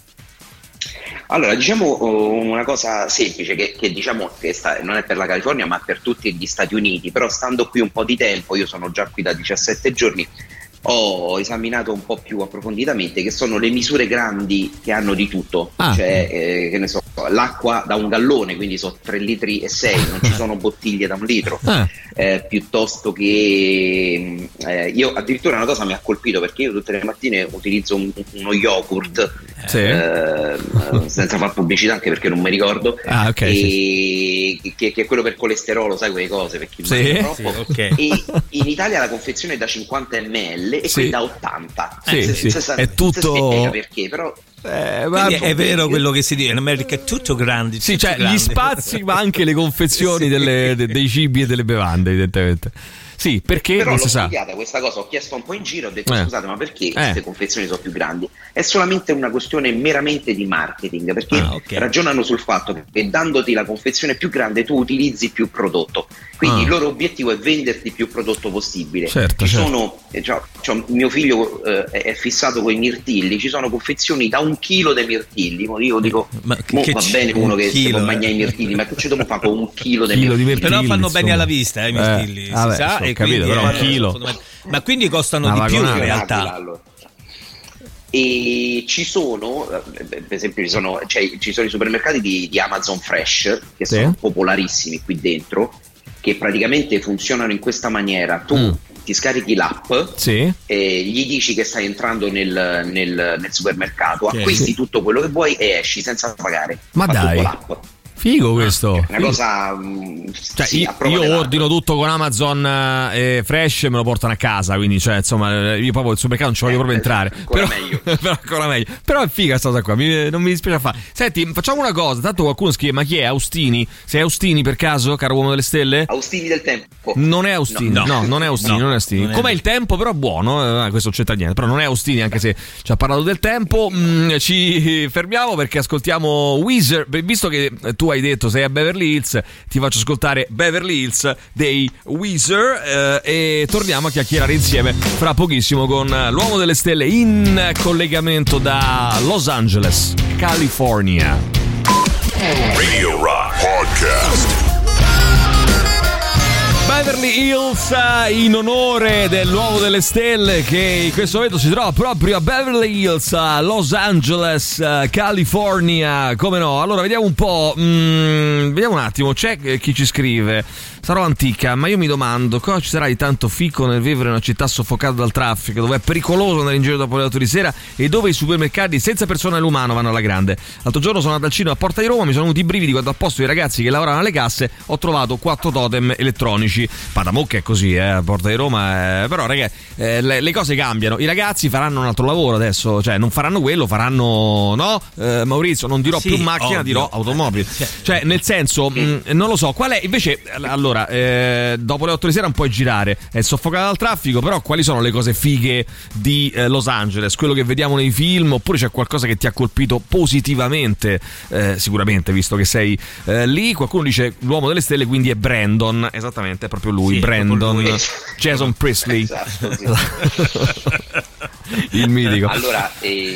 Speaker 14: Allora, diciamo una cosa semplice che, che diciamo che sta, non è per la California ma per tutti gli Stati Uniti, però stando qui un po' di tempo, io sono già qui da diciassette giorni, ho esaminato un po' più approfonditamente che sono le misure grandi che hanno di tutto, ah. cioè eh, che ne so, l'acqua da un gallone, quindi sono tre litri e sei, non ci sono bottiglie da un litro, ah. eh, piuttosto che eh, io addirittura una cosa mi ha colpito, perché io tutte le mattine utilizzo un, uno yogurt, sì. eh, senza far pubblicità anche perché non mi ricordo,
Speaker 3: ah, okay,
Speaker 14: e sì. che, che è quello per colesterolo, sai quelle cose, per chi
Speaker 3: sì,
Speaker 14: troppo,
Speaker 3: sì, okay.
Speaker 14: E in Italia la confezione è da cinquanta millilitri e
Speaker 3: sì.
Speaker 14: qui da ottanta,
Speaker 3: sì,
Speaker 14: eh,
Speaker 3: sì.
Speaker 14: senza,
Speaker 3: è tutto
Speaker 14: perché, però
Speaker 5: Eh, Quindi è vero quello che si dice in America, è tutto grande,
Speaker 3: sì,
Speaker 5: tutto
Speaker 3: cioè
Speaker 5: grande.
Speaker 3: Gli spazi ma anche le confezioni sì. delle, de, dei cibi e delle bevande, evidentemente. Sì, perché
Speaker 14: però
Speaker 3: non
Speaker 14: l'ho
Speaker 3: si sa.
Speaker 14: studiata questa cosa, ho chiesto un po' in giro, ho detto
Speaker 3: eh.
Speaker 14: scusate, ma perché
Speaker 3: eh.
Speaker 14: queste confezioni sono più grandi? È solamente una questione meramente di marketing, perché
Speaker 5: ah, okay.
Speaker 14: ragionano sul fatto che dandoti la confezione più grande tu utilizzi più prodotto, quindi ah. il loro obiettivo è venderti più prodotto possibile.
Speaker 3: Certo,
Speaker 14: ci
Speaker 3: certo.
Speaker 14: sono, eh, cioè, cioè, mio figlio eh, è fissato con i mirtilli, ci sono confezioni da un chilo di mirtilli, io dico
Speaker 5: ma
Speaker 14: mo,
Speaker 5: che
Speaker 14: va bene uno che si può mangiare i mirtilli, ma che ci dobbiamo fare con un chilo di mirtilli?
Speaker 5: mirtilli? Però fanno insomma. bene alla vista, eh, i mirtilli, eh, si vabbè, sa, e
Speaker 3: capito,
Speaker 5: quindi
Speaker 3: però un chilo.
Speaker 5: Ma quindi costano
Speaker 3: una
Speaker 5: di più in
Speaker 3: vagonata.
Speaker 5: realtà.
Speaker 14: Allora. E ci sono, per esempio, ci sono, cioè, ci sono i supermercati di, di Amazon Fresh che sì. sono popolarissimi qui dentro, che praticamente funzionano in questa maniera: tu mm. ti scarichi l'app,
Speaker 3: sì.
Speaker 14: e gli dici che stai entrando nel, nel, nel supermercato, okay. acquisti sì. tutto quello che vuoi e esci senza pagare.
Speaker 3: Ma
Speaker 14: Fa
Speaker 3: dai,
Speaker 14: tutto l'app.
Speaker 3: Figo questo.
Speaker 14: Una cosa mh,
Speaker 3: cioè,
Speaker 14: sì,
Speaker 3: io, io ordino tutto con Amazon eh, Fresh e me lo portano a casa, quindi cioè insomma io proprio il supermercato non ci voglio eh, proprio entrare.
Speaker 14: Ancora
Speaker 3: però,
Speaker 14: meglio.
Speaker 3: però ancora meglio. Però è figa questa cosa qua, mi, non mi dispiace fare. Senti, facciamo una cosa, tanto qualcuno scrive: ma chi è Austini? Sei Austini per caso, caro uomo delle stelle?
Speaker 14: Austini del tempo.
Speaker 3: Non è Austini, no, no, no non è Austini, no, non è Austini. Non Com'è è il tempo, però buono, eh, questo non c'entra niente, però non è Austini, anche se ci ha parlato del tempo. Mm, ci fermiamo perché ascoltiamo Weezer, visto che tu hai detto sei a Beverly Hills, ti faccio ascoltare Beverly Hills dei Weezer eh, e torniamo a chiacchierare insieme fra pochissimo con l'uomo delle stelle in collegamento da Los Angeles, California.
Speaker 2: Radio Rock Podcast.
Speaker 3: Beverly Hills in onore dell'uomo delle stelle che in questo momento si trova proprio a Beverly Hills, Los Angeles, California. Come no? Allora vediamo un po', mm, vediamo un attimo, c'è chi ci scrive: sarò antica, ma io mi domando cosa ci sarà di tanto fico nel vivere in una città soffocata dal traffico, dove è pericoloso andare in giro dopo le otto di sera e dove i supermercati senza personale umano vanno alla grande. L'altro giorno sono andato al cinema a Porta di Roma, mi sono venuti i brividi quando al posto dei ragazzi che lavoravano alle casse ho trovato quattro totem elettronici. Padamocca è così, eh, a Porta di Roma, eh, però ragazzi, eh, le, le cose cambiano, i ragazzi faranno un altro lavoro adesso, cioè non faranno quello, faranno no, eh, Maurizio, non dirò
Speaker 5: sì,
Speaker 3: più macchina,
Speaker 5: ovvio.
Speaker 3: dirò automobile, cioè nel senso, mh, non lo so, qual è invece, allora, eh, dopo le otto di sera non puoi girare, è soffocata dal traffico, però quali sono le cose fighe di eh, Los Angeles, quello che vediamo nei film, oppure c'è qualcosa che ti ha colpito positivamente, eh, sicuramente, visto che sei eh, lì. Qualcuno dice l'uomo delle stelle, quindi è Brandon, esattamente, è proprio lui, sì, Brandon, proprio lui. Jason Priestley.
Speaker 14: Esatto, sì.
Speaker 3: Il mitico.
Speaker 14: Allora,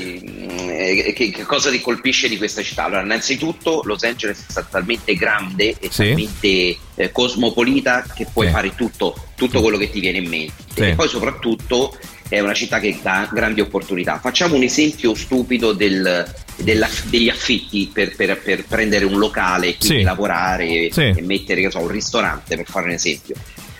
Speaker 14: eh, che, che cosa ti colpisce di questa città? Allora, innanzitutto Los Angeles è talmente grande e sì. talmente eh, cosmopolita che puoi sì. fare tutto, tutto sì. quello che ti viene in mente. Sì. E poi soprattutto è una città che dà grandi opportunità. Facciamo un esempio stupido del, della, degli affitti per, per, per prendere un locale e quindi sì. lavorare sì. e mettere, che so, un ristorante, per fare un esempio.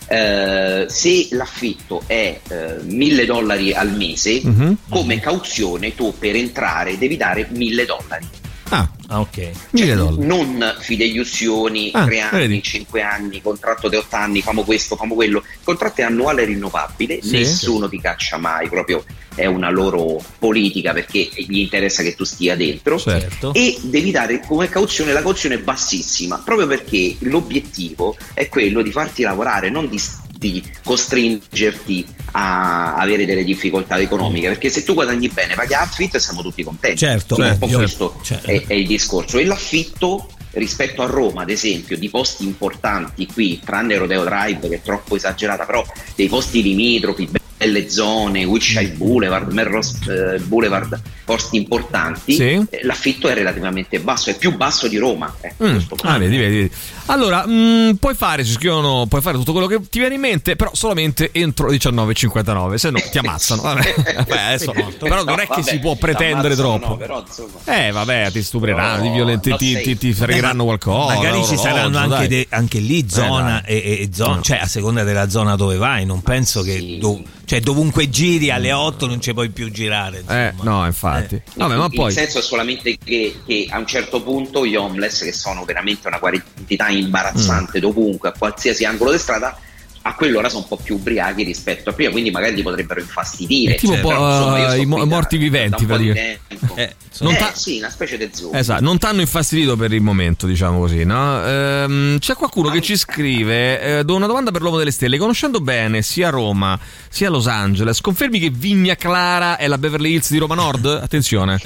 Speaker 14: Uh, se l'affitto è uh, mille dollari al mese, mm-hmm. come cauzione tu per entrare devi dare mille dollari.
Speaker 3: Ah, ok.
Speaker 14: Cioè, non fideiussioni, ah, tre anni, vedi. cinque anni, contratto di otto anni, famo questo, famo quello. Il contratto è annuale rinnovabile, sì. nessuno ti caccia mai, proprio è una loro politica perché gli interessa che tu stia dentro.
Speaker 3: Certo.
Speaker 14: E devi dare come cauzione, la cauzione è bassissima, proprio perché l'obiettivo è quello di farti lavorare, non di di costringerti a avere delle difficoltà economiche, perché se tu guadagni bene paghi affitto e siamo tutti contenti.
Speaker 5: Certo,
Speaker 14: un
Speaker 5: certo,
Speaker 14: po' questo
Speaker 5: certo.
Speaker 14: È, è il discorso. E l'affitto rispetto a Roma, ad esempio, di posti importanti qui, tranne Rodeo Drive che è troppo esagerata, però dei posti limitrofi, belle zone, Wilshire Boulevard, Melrose eh, Boulevard, posti importanti,
Speaker 3: sì.
Speaker 14: eh, l'affitto è relativamente basso, è più basso di Roma. Eh,
Speaker 3: mm. ah, vedi, vedi. Allora, mh, puoi fare, ci scrivono, puoi fare tutto quello che ti viene in mente, però solamente entro diciannove e cinquantanove, se no ti ammazzano. Vabbè, vabbè, adesso, però non è che vabbè, si può pretendere troppo.
Speaker 14: No, però,
Speaker 3: eh, vabbè, ti stupreranno, ti violenti, no, ti, ti, ti fregheranno qualcosa.
Speaker 5: Magari ci saranno anche, de, anche lì zona eh, e, e zona, cioè a seconda della zona dove vai, non penso che sì. dov- cioè dovunque giri alle otto non ci puoi più girare.
Speaker 3: Eh, no, infatti. Eh. Vabbè, ma poi
Speaker 14: il senso è solamente che, che a un certo punto gli homeless, che sono veramente una quantità imbarazzante mm. dovunque, a qualsiasi angolo di strada, a quell'ora sono un po' più ubriachi rispetto a prima, quindi magari li potrebbero infastidire.
Speaker 3: È tipo
Speaker 14: cioè,
Speaker 3: po',
Speaker 14: però, insomma,
Speaker 3: i mo- morti viventi,
Speaker 14: per
Speaker 3: dire.
Speaker 14: Eh, non eh, ta- sì, una specie di zombie.
Speaker 3: Esatto, non t'hanno infastidito per il momento, diciamo così, no? Ehm, c'è qualcuno ah, che ci scrive, eh, do una domanda per l'Uomo delle Stelle, conoscendo bene sia Roma sia Los Angeles, confermi che Vigna Clara è la Beverly Hills di Roma Nord? Attenzione.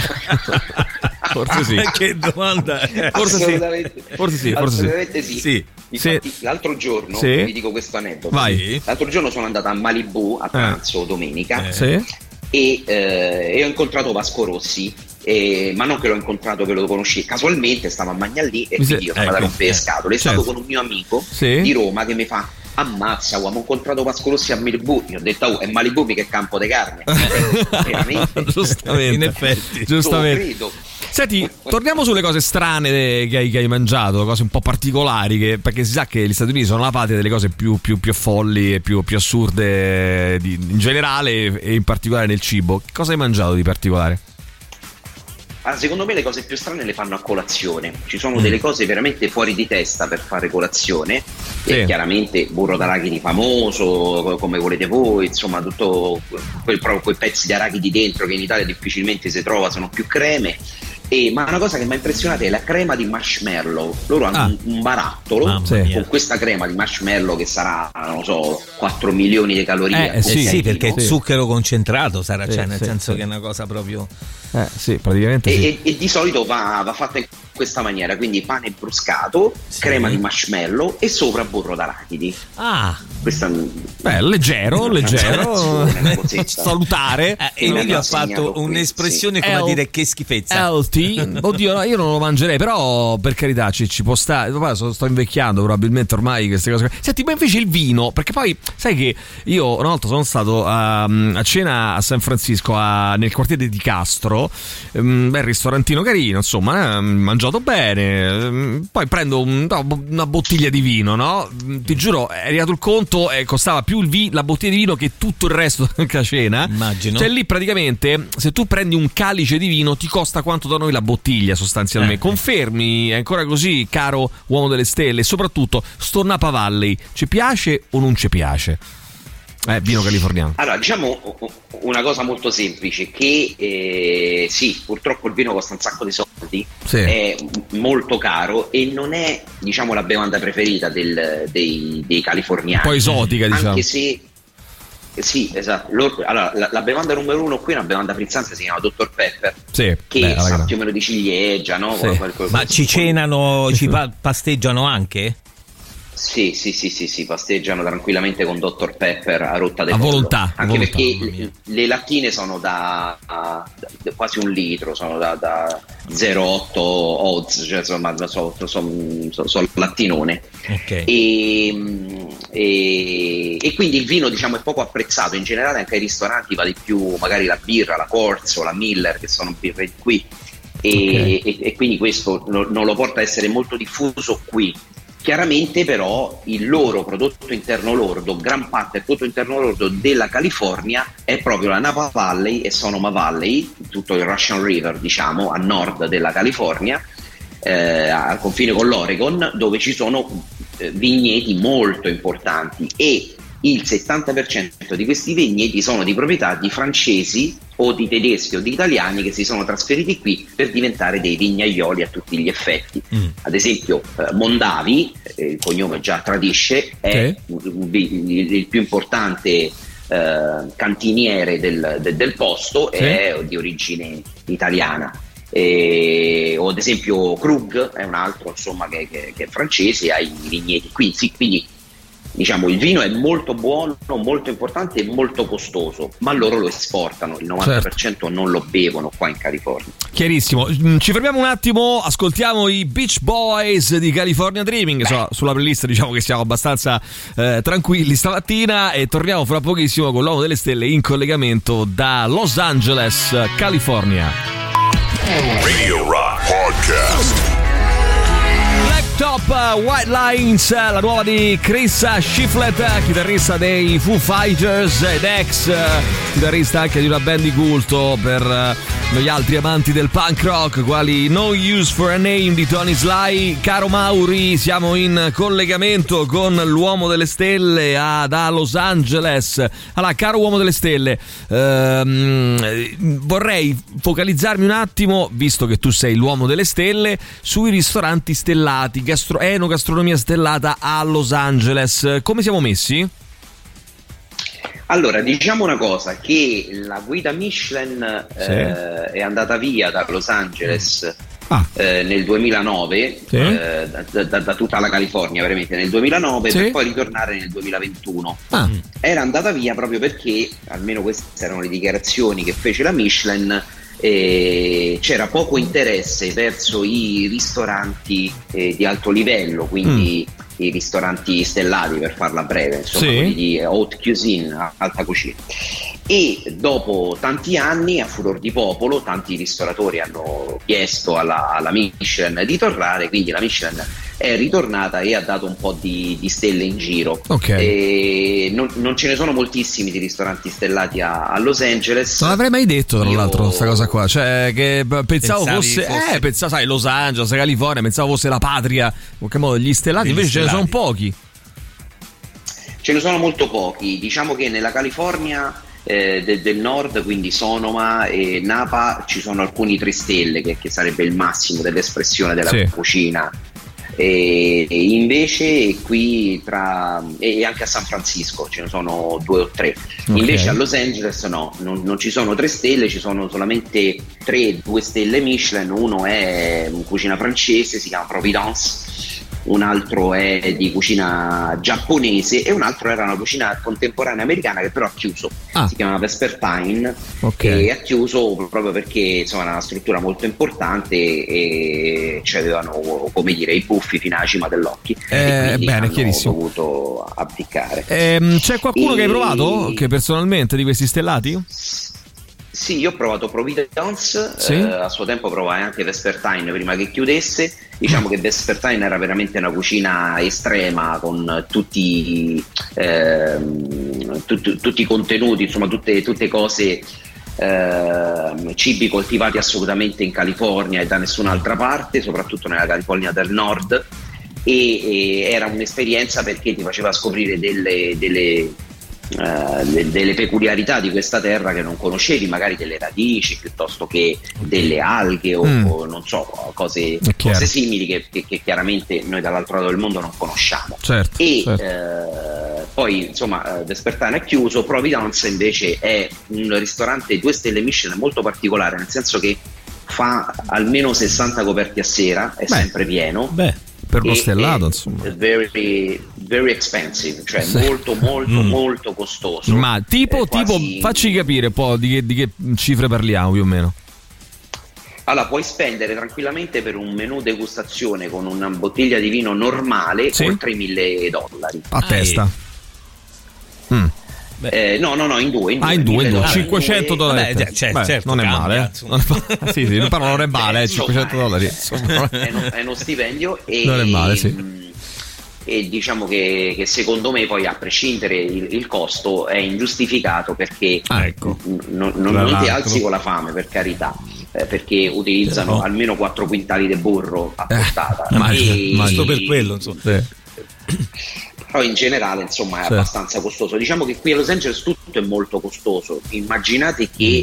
Speaker 3: Forse sì.
Speaker 5: Che domanda è?
Speaker 3: Forse sì. Forse sì, forse
Speaker 14: assolutamente sì.
Speaker 3: sì.
Speaker 14: Infatti,
Speaker 3: sì.
Speaker 14: l'altro giorno
Speaker 3: sì.
Speaker 14: vi dico questo aneddoto.
Speaker 3: Vai.
Speaker 14: L'altro giorno sono andato a Malibu a pranzo eh. domenica
Speaker 3: eh. sì.
Speaker 14: e, eh, e ho incontrato Vasco Rossi. Eh, ma non che l'ho incontrato, che lo conosci casualmente, stavo a mangiare lì e quindi io sono andato a rompere le scatole. È stato
Speaker 3: certo.
Speaker 14: con un mio amico
Speaker 3: sì.
Speaker 14: di Roma che mi fa: ammazza, uomo, ho incontrato Vasco Rossi a Malibu. Io ho detto: oh, è Malibu mica è campo di carne. Veramente.
Speaker 3: Giustamente.
Speaker 5: In effetti.
Speaker 3: Giustamente. Senti, torniamo sulle cose strane che hai, che hai mangiato, cose un po' particolari, che, perché si sa che gli Stati Uniti sono la patria delle cose più, più, più folli e più, più assurde di, in generale e in particolare nel cibo. Che cosa hai mangiato di particolare?
Speaker 14: Allora, secondo me le cose più strane le fanno a colazione. Ci sono mm. delle cose veramente fuori di testa per fare colazione. Sì. E chiaramente burro d'arachidi famoso, come volete voi, insomma, tutto quel, proprio quei pezzi di arachidi dentro che in Italia difficilmente si trova, sono più creme. E, ma una cosa che mi ha impressionato è la crema di marshmallow. Loro hanno ah. un, un barattolo ah, con sì. questa crema di marshmallow che sarà, non so, quattro milioni di calorie.
Speaker 5: Eh, sì, sì, perché è
Speaker 3: sì.
Speaker 5: zucchero concentrato sarà,
Speaker 3: sì,
Speaker 5: cioè, nel
Speaker 3: sì,
Speaker 5: senso
Speaker 3: sì.
Speaker 5: che è una cosa proprio.
Speaker 3: Eh, sì, praticamente.
Speaker 14: E,
Speaker 3: sì.
Speaker 14: e, e di solito va, va fatta in questa maniera, quindi pane bruscato, sì. crema di marshmallow e sopra burro d'arachidi.
Speaker 5: Ah,
Speaker 14: questa
Speaker 3: beh, leggero, leggero, salutare.
Speaker 5: Eh, Emilio ha fatto qui, un'espressione sì. come
Speaker 3: El-
Speaker 5: dire che schifezza.
Speaker 3: Healthy. Oddio, no, io non lo mangerei, però per carità ci, ci può stare. Sto invecchiando probabilmente ormai queste cose. Senti, ma invece il vino, perché poi sai che io una volta sono stato a, a cena a San Francisco a, nel quartiere di Castro, um, bel ristorantino carino, insomma, eh, mangiato bene, poi prendo un, no, una bottiglia di vino, no? Ti giuro, è arrivato il conto e costava più il vi- la bottiglia di vino che tutto il resto della cena.
Speaker 5: Immagino.
Speaker 3: Cioè lì praticamente se tu prendi un calice di vino ti costa quanto da noi la bottiglia sostanzialmente. Eh. Confermi? È ancora così, caro uomo delle stelle? E soprattutto sto Napa Valley ci piace o non ci piace? Eh, vino californiano.
Speaker 14: Allora, diciamo una cosa molto semplice, che eh, sì, purtroppo il vino costa un sacco di soldi,
Speaker 3: sì.
Speaker 14: è molto caro e non è, diciamo, la bevanda preferita del, dei, dei californiani.
Speaker 3: Un po' esotica, diciamo.
Speaker 14: Anche se sì, esatto. Loro, allora, la, la bevanda numero uno qui è una bevanda frizzante, si chiama doctor Pepper,
Speaker 3: sì,
Speaker 14: che
Speaker 3: beh,
Speaker 14: sa più o meno di ciliegia, no?
Speaker 3: Sì.
Speaker 14: Quel, quel,
Speaker 5: Ma ci cenano, ci pa- pasteggiano anche?
Speaker 14: Sì, sì, sì, sì, sì, pasteggiano tranquillamente con doctor Pepper a rotta del
Speaker 3: a volontà,
Speaker 14: anche
Speaker 3: a volontà,
Speaker 14: perché le, le lattine sono da, da, da quasi un litro, sono da, da zero virgola otto oz, cioè insomma sono so, so, so lattinone.
Speaker 5: Okay.
Speaker 14: E, e, e quindi il vino, diciamo, è poco apprezzato in generale, anche ai ristoranti va di più magari la birra, la Corso, la Miller, che sono birre di qui, e, okay. e, e quindi questo no, non lo porta a essere molto diffuso qui. Chiaramente però il loro prodotto interno lordo, gran parte del prodotto interno lordo della California è proprio la Napa Valley e Sonoma Valley, tutto il Russian River, diciamo, a nord della California, eh, al confine con l'Oregon, dove ci sono eh, vigneti molto importanti, e il settanta per cento di questi vigneti sono di proprietà di francesi o di tedeschi o di italiani che si sono trasferiti qui per diventare dei vignaioli a tutti gli effetti. Mm. Ad esempio eh, Mondavi, eh, il cognome già tradisce, è okay. il, il più importante eh, cantiniere del, del, del posto, sì. È di origine italiana. E, o ad esempio Krug è un altro, insomma, che, che, che è francese, ha i vigneti qui, sì, quindi diciamo il vino è molto buono, molto importante e molto costoso, ma loro lo esportano, il novanta per cento certo. Non lo bevono qua in California.
Speaker 3: Chiarissimo. Ci fermiamo un attimo, ascoltiamo i Beach Boys di California Dreaming. So, sulla playlist diciamo che siamo abbastanza eh, tranquilli stamattina, e torniamo fra pochissimo con l'Uomo delle Stelle in collegamento da Los Angeles, California.
Speaker 2: Radio Rock Podcast.
Speaker 3: Top uh, White Lines, la nuova di Chris Shiflett, chitarrista dei Foo Fighters ed ex uh, chitarrista anche di una band di culto per uh, gli altri amanti del punk rock, quali No Use for a Name di Tony Sly. Caro Mauri, siamo in collegamento con l'Uomo delle Stelle a, da Los Angeles. Allora, caro Uomo delle Stelle, ehm, vorrei focalizzarmi un attimo, visto che tu sei l'Uomo delle Stelle, sui ristoranti stellati, Gastro- enogastronomia stellata a Los Angeles. Come siamo messi?
Speaker 14: Allora, diciamo una cosa, che la guida Michelin sì. eh, è andata via da Los Angeles ah. eh, nel duemilanove, sì. eh, da, da, da tutta la California veramente nel duemilanove, sì. per poi ritornare nel duemilaventuno. Ah. Era andata via proprio perché, almeno queste erano le dichiarazioni che fece la Michelin, e c'era poco interesse verso i ristoranti eh, di alto livello, quindi mm. i ristoranti stellati, per farla breve, insomma, sì. di haute cuisine, alta cucina. E dopo tanti anni, a furor di popolo, tanti ristoratori hanno chiesto alla, alla Michelin di tornare, quindi la Michelin è ritornata e ha dato un po' di, di stelle in giro.
Speaker 3: Okay.
Speaker 14: E non, non ce ne sono moltissimi di ristoranti stellati a, a Los Angeles.
Speaker 3: Non l'avrei mai detto, tra Io... l'altro, questa cosa qua, cioè che pensavo Pensavi fosse, fosse eh pensavo, sai, Los Angeles, California, pensavo fosse la patria in qualche modo degli stellati, invece stellati. Ce ne sono pochi.
Speaker 14: Ce ne sono molto pochi, diciamo che nella California Eh, del, del nord, quindi Sonoma e Napa, ci sono alcuni tre stelle che, che sarebbe il massimo dell'espressione della sì. cucina, e, e invece qui tra e anche a San Francisco ce ne sono due o tre. Okay. Invece a Los Angeles no, non, non ci sono tre stelle, ci sono solamente tre, due stelle Michelin. Uno è cucina francese, si chiama Providence, un altro è di cucina giapponese e un altro era una cucina contemporanea americana che però ha chiuso. Ah. Si chiama Vespertine, okay. E ha chiuso proprio perché insomma era una struttura molto importante e c'avevano, come dire, i puffi fino alla cima dell'occhio,
Speaker 3: eh,
Speaker 14: e quindi
Speaker 3: bene,
Speaker 14: hanno
Speaker 3: chiarissimo.
Speaker 14: dovuto abdicare.
Speaker 3: Ehm, c'è qualcuno
Speaker 14: e...
Speaker 3: che hai provato che personalmente di questi stellati?
Speaker 14: Sì, io ho provato Providence, sì? eh, a suo tempo provai anche Vespertine prima che chiudesse. Diciamo che Vespertine era veramente una cucina estrema, con tutti, eh, tut, tutti i contenuti, insomma tutte, tutte cose, eh, cibi coltivati assolutamente in California e da nessun'altra parte, soprattutto nella California del Nord, e, e era un'esperienza perché ti faceva scoprire delle... delle Uh, delle peculiarità di questa terra che non conoscevi, magari delle radici piuttosto che delle alghe o, mm. o non so, cose, cose simili che, che, che chiaramente noi dall'altro lato del mondo non conosciamo.
Speaker 3: Certo,
Speaker 14: e
Speaker 3: certo.
Speaker 14: Uh, poi insomma Vespertine è chiuso. Providence invece è un ristorante due stelle Michelin molto particolare, nel senso che fa almeno sessanta coperti a sera, è Beh. sempre pieno.
Speaker 3: Beh. per uno stellato, insomma.
Speaker 14: Very, very expensive, cioè sì. molto molto mm. molto costoso.
Speaker 3: Ma tipo, eh, tipo quasi... facci capire un po' di che, di che cifre parliamo più o meno.
Speaker 14: Allora, puoi spendere tranquillamente per un menù degustazione con una bottiglia di vino normale sì. oltre i mille dollari.
Speaker 3: A ah, testa.
Speaker 14: E... Mm. Eh, no, no, no, in due. In due
Speaker 3: ah, in due, in due. cinquecento dollari.
Speaker 5: Beh, cioè,
Speaker 3: Beh,
Speaker 5: certo,
Speaker 3: non è
Speaker 5: cambia,
Speaker 3: male. Eh. sì, sì, però non è male, eh, cinquecento dollari.
Speaker 14: Insomma, è, uno, è uno stipendio e,
Speaker 3: non è male, sì.
Speaker 14: E diciamo che, che secondo me poi a prescindere il, il costo è ingiustificato perché
Speaker 3: ah, ecco.
Speaker 14: n- non, non ti alzi con la fame, per carità. Eh, perché utilizzano no. almeno quattro quintali di burro a portata.
Speaker 5: Eh, ma giusto per quello, insomma. Sì.
Speaker 14: Però in generale, insomma, è certo. abbastanza costoso. Diciamo che qui a Los Angeles tutto è molto costoso. Immaginate che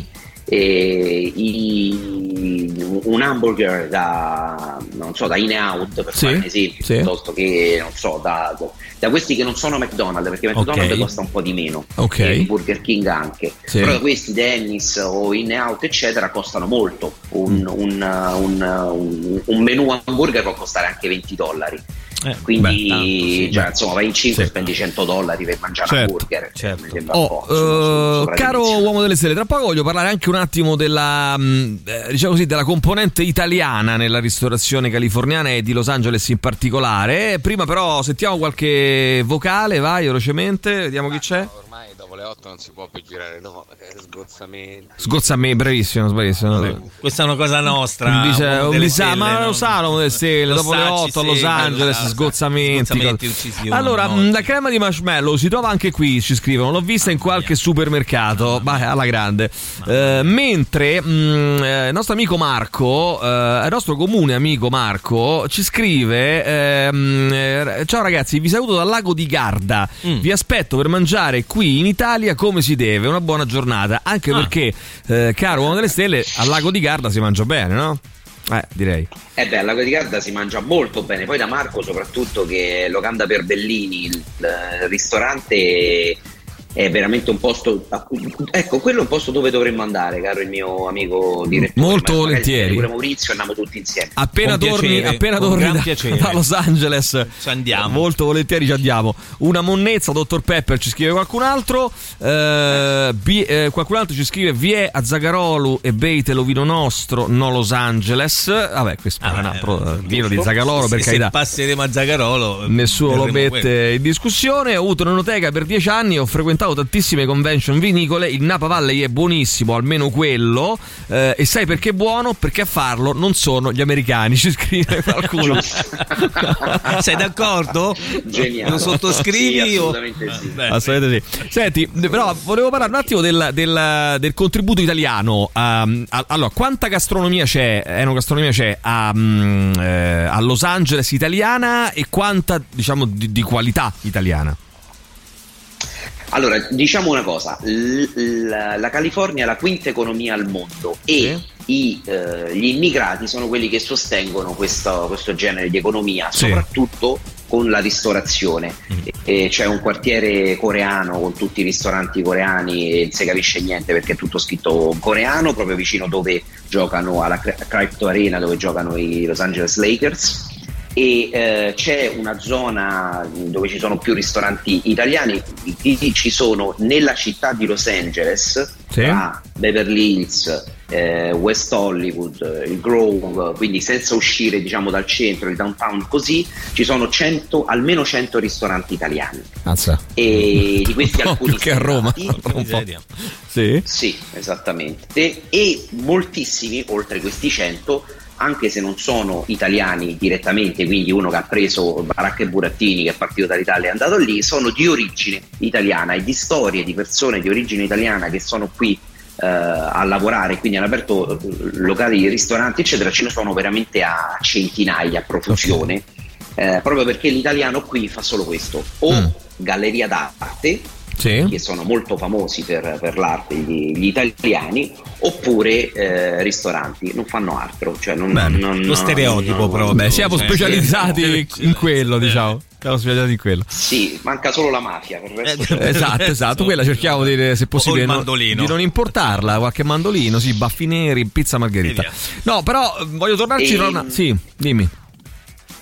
Speaker 14: eh, i, un hamburger da non so da In-N-Out, per sì, fare un esempio, sì. piuttosto che non so da, da questi che non sono McDonald's, perché McDonald's okay. costa un po' di meno,
Speaker 3: okay.
Speaker 14: e Burger King anche, sì. però questi Dennis o In-N-Out eccetera costano molto. Un, mm. un, un, un, un menù hamburger può costare anche venti dollari. Eh, quindi beh, tanto, sì, già, insomma vai in cinque sì. spendi cento dollari per mangiare certo, un burger,
Speaker 3: certo. mi sembra oh, un po', uh, caro uomo delle stelle, tra poco voglio parlare anche un attimo della eh, diciamo così della componente italiana nella ristorazione californiana e di Los Angeles in particolare. Prima però sentiamo qualche vocale, vai velocemente, vediamo chi c'è.
Speaker 15: Ormai dopo le otto non si può più girare, no, sgozzamenti.
Speaker 3: Sgozzamenti, bravissimo, bravissimo.
Speaker 5: Questa è una cosa nostra.
Speaker 3: Dice, un bisa, ma non lo sa l'uomo delle stelle, dopo le otto a Los Angeles, sgozzamenti. sgozzamenti allora, no. la crema di marshmallow si trova anche qui, ci scrivono, l'ho vista in qualche supermercato, ma alla grande. Eh, mentre mh, eh, il nostro amico Marco, eh, il nostro comune amico Marco, ci scrive: eh, ciao ragazzi, vi saluto dal lago di Garda, mm. vi aspetto per mangiare qui in Italia come si deve, una buona giornata, anche ah. perché eh, caro uomo delle stelle, al lago di Garda si mangia bene, no? Eh, direi.
Speaker 14: Eh beh, al lago di Garda si mangia molto bene, poi da Marco soprattutto, che Locanda per Bellini, il, il ristorante è veramente un posto, ecco, quello è un posto dove dovremmo andare, caro il mio amico direttore.
Speaker 3: Molto volentieri.
Speaker 14: Pure Maurizio, andiamo tutti insieme.
Speaker 3: Appena con torni, piacere, appena torni da, da Los Angeles,
Speaker 5: ci andiamo.
Speaker 3: Molto volentieri ci andiamo. Una monnezza, dottor Pepper, ci scrive qualcun altro. Eh, bi, eh, qualcun altro ci scrive: vi è a Zagarolo e beite lo vino nostro, no Los Angeles. Vabbè, questo ah, è un altro vino di Zagarolo, per
Speaker 5: se,
Speaker 3: carità.
Speaker 5: Se passeremo a Zagarolo,
Speaker 3: nessuno lo mette quello. in discussione. Ho avuto un'enoteca per dieci anni, ho frequentato tantissime convention vinicole, il Napa Valley è buonissimo, almeno quello, eh, e sai perché è buono? Perché a farlo non sono gli americani, ci scrive qualcuno.
Speaker 5: Sei d'accordo?
Speaker 14: Geniale.
Speaker 5: Lo sottoscrivi?
Speaker 14: Sì, assolutamente sì.
Speaker 3: Beh, assolutamente sì. Senti, però volevo parlare un attimo del, del, del contributo italiano. Um, allora, quanta gastronomia c'è, enogastronomia c'è a, um, eh, a Los Angeles italiana e quanta, diciamo, di, di qualità italiana?
Speaker 14: Allora, diciamo una cosa, l- la-, la California è la quinta economia al mondo e sì. i, eh, gli immigrati sono quelli che sostengono questo, questo genere di economia, sì. soprattutto con la ristorazione. Mm. E c'è un quartiere coreano con tutti i ristoranti coreani e non si capisce niente perché è tutto scritto coreano, proprio vicino dove giocano alla Crypto Arena, dove giocano i Los Angeles Lakers. E eh, c'è una zona dove ci sono più ristoranti italiani, ci sono nella città di Los Angeles, sì. tra Beverly Hills, eh, West Hollywood, il Grove, quindi senza uscire diciamo dal centro, il downtown, così ci sono cento, almeno cento ristoranti italiani.
Speaker 3: Azza.
Speaker 14: E di questi
Speaker 3: no,
Speaker 14: alcuni
Speaker 3: che a Roma
Speaker 14: sì. sì, esattamente, e moltissimi oltre questi cento, anche se non sono italiani direttamente, quindi uno che ha preso Baracca e Burattini, che è partito dall'Italia e è andato lì, sono di origine italiana, e di storie di persone di origine italiana che sono qui eh, a lavorare, quindi hanno aperto locali, ristoranti eccetera, ce ne sono veramente a centinaia, a profusione, okay. eh, proprio perché l'italiano qui fa solo questo, o mm. galleria d'arte, sì. che sono molto famosi per, per l'arte gli, gli italiani, oppure eh, ristoranti, non fanno altro, cioè non,
Speaker 5: Beh,
Speaker 14: non,
Speaker 5: lo stereotipo
Speaker 14: non,
Speaker 5: proprio.
Speaker 3: Beh, siamo specializzati in quello, diciamo. Siamo specializzati in quello.
Speaker 14: Sì, manca solo la mafia, per il resto.
Speaker 3: Esatto, esatto, quella cerchiamo di, se possibile, non, di non importarla, qualche mandolino, sì, baffi neri, pizza margherita. No, però voglio tornarci
Speaker 14: e...
Speaker 3: fra una... Sì, dimmi.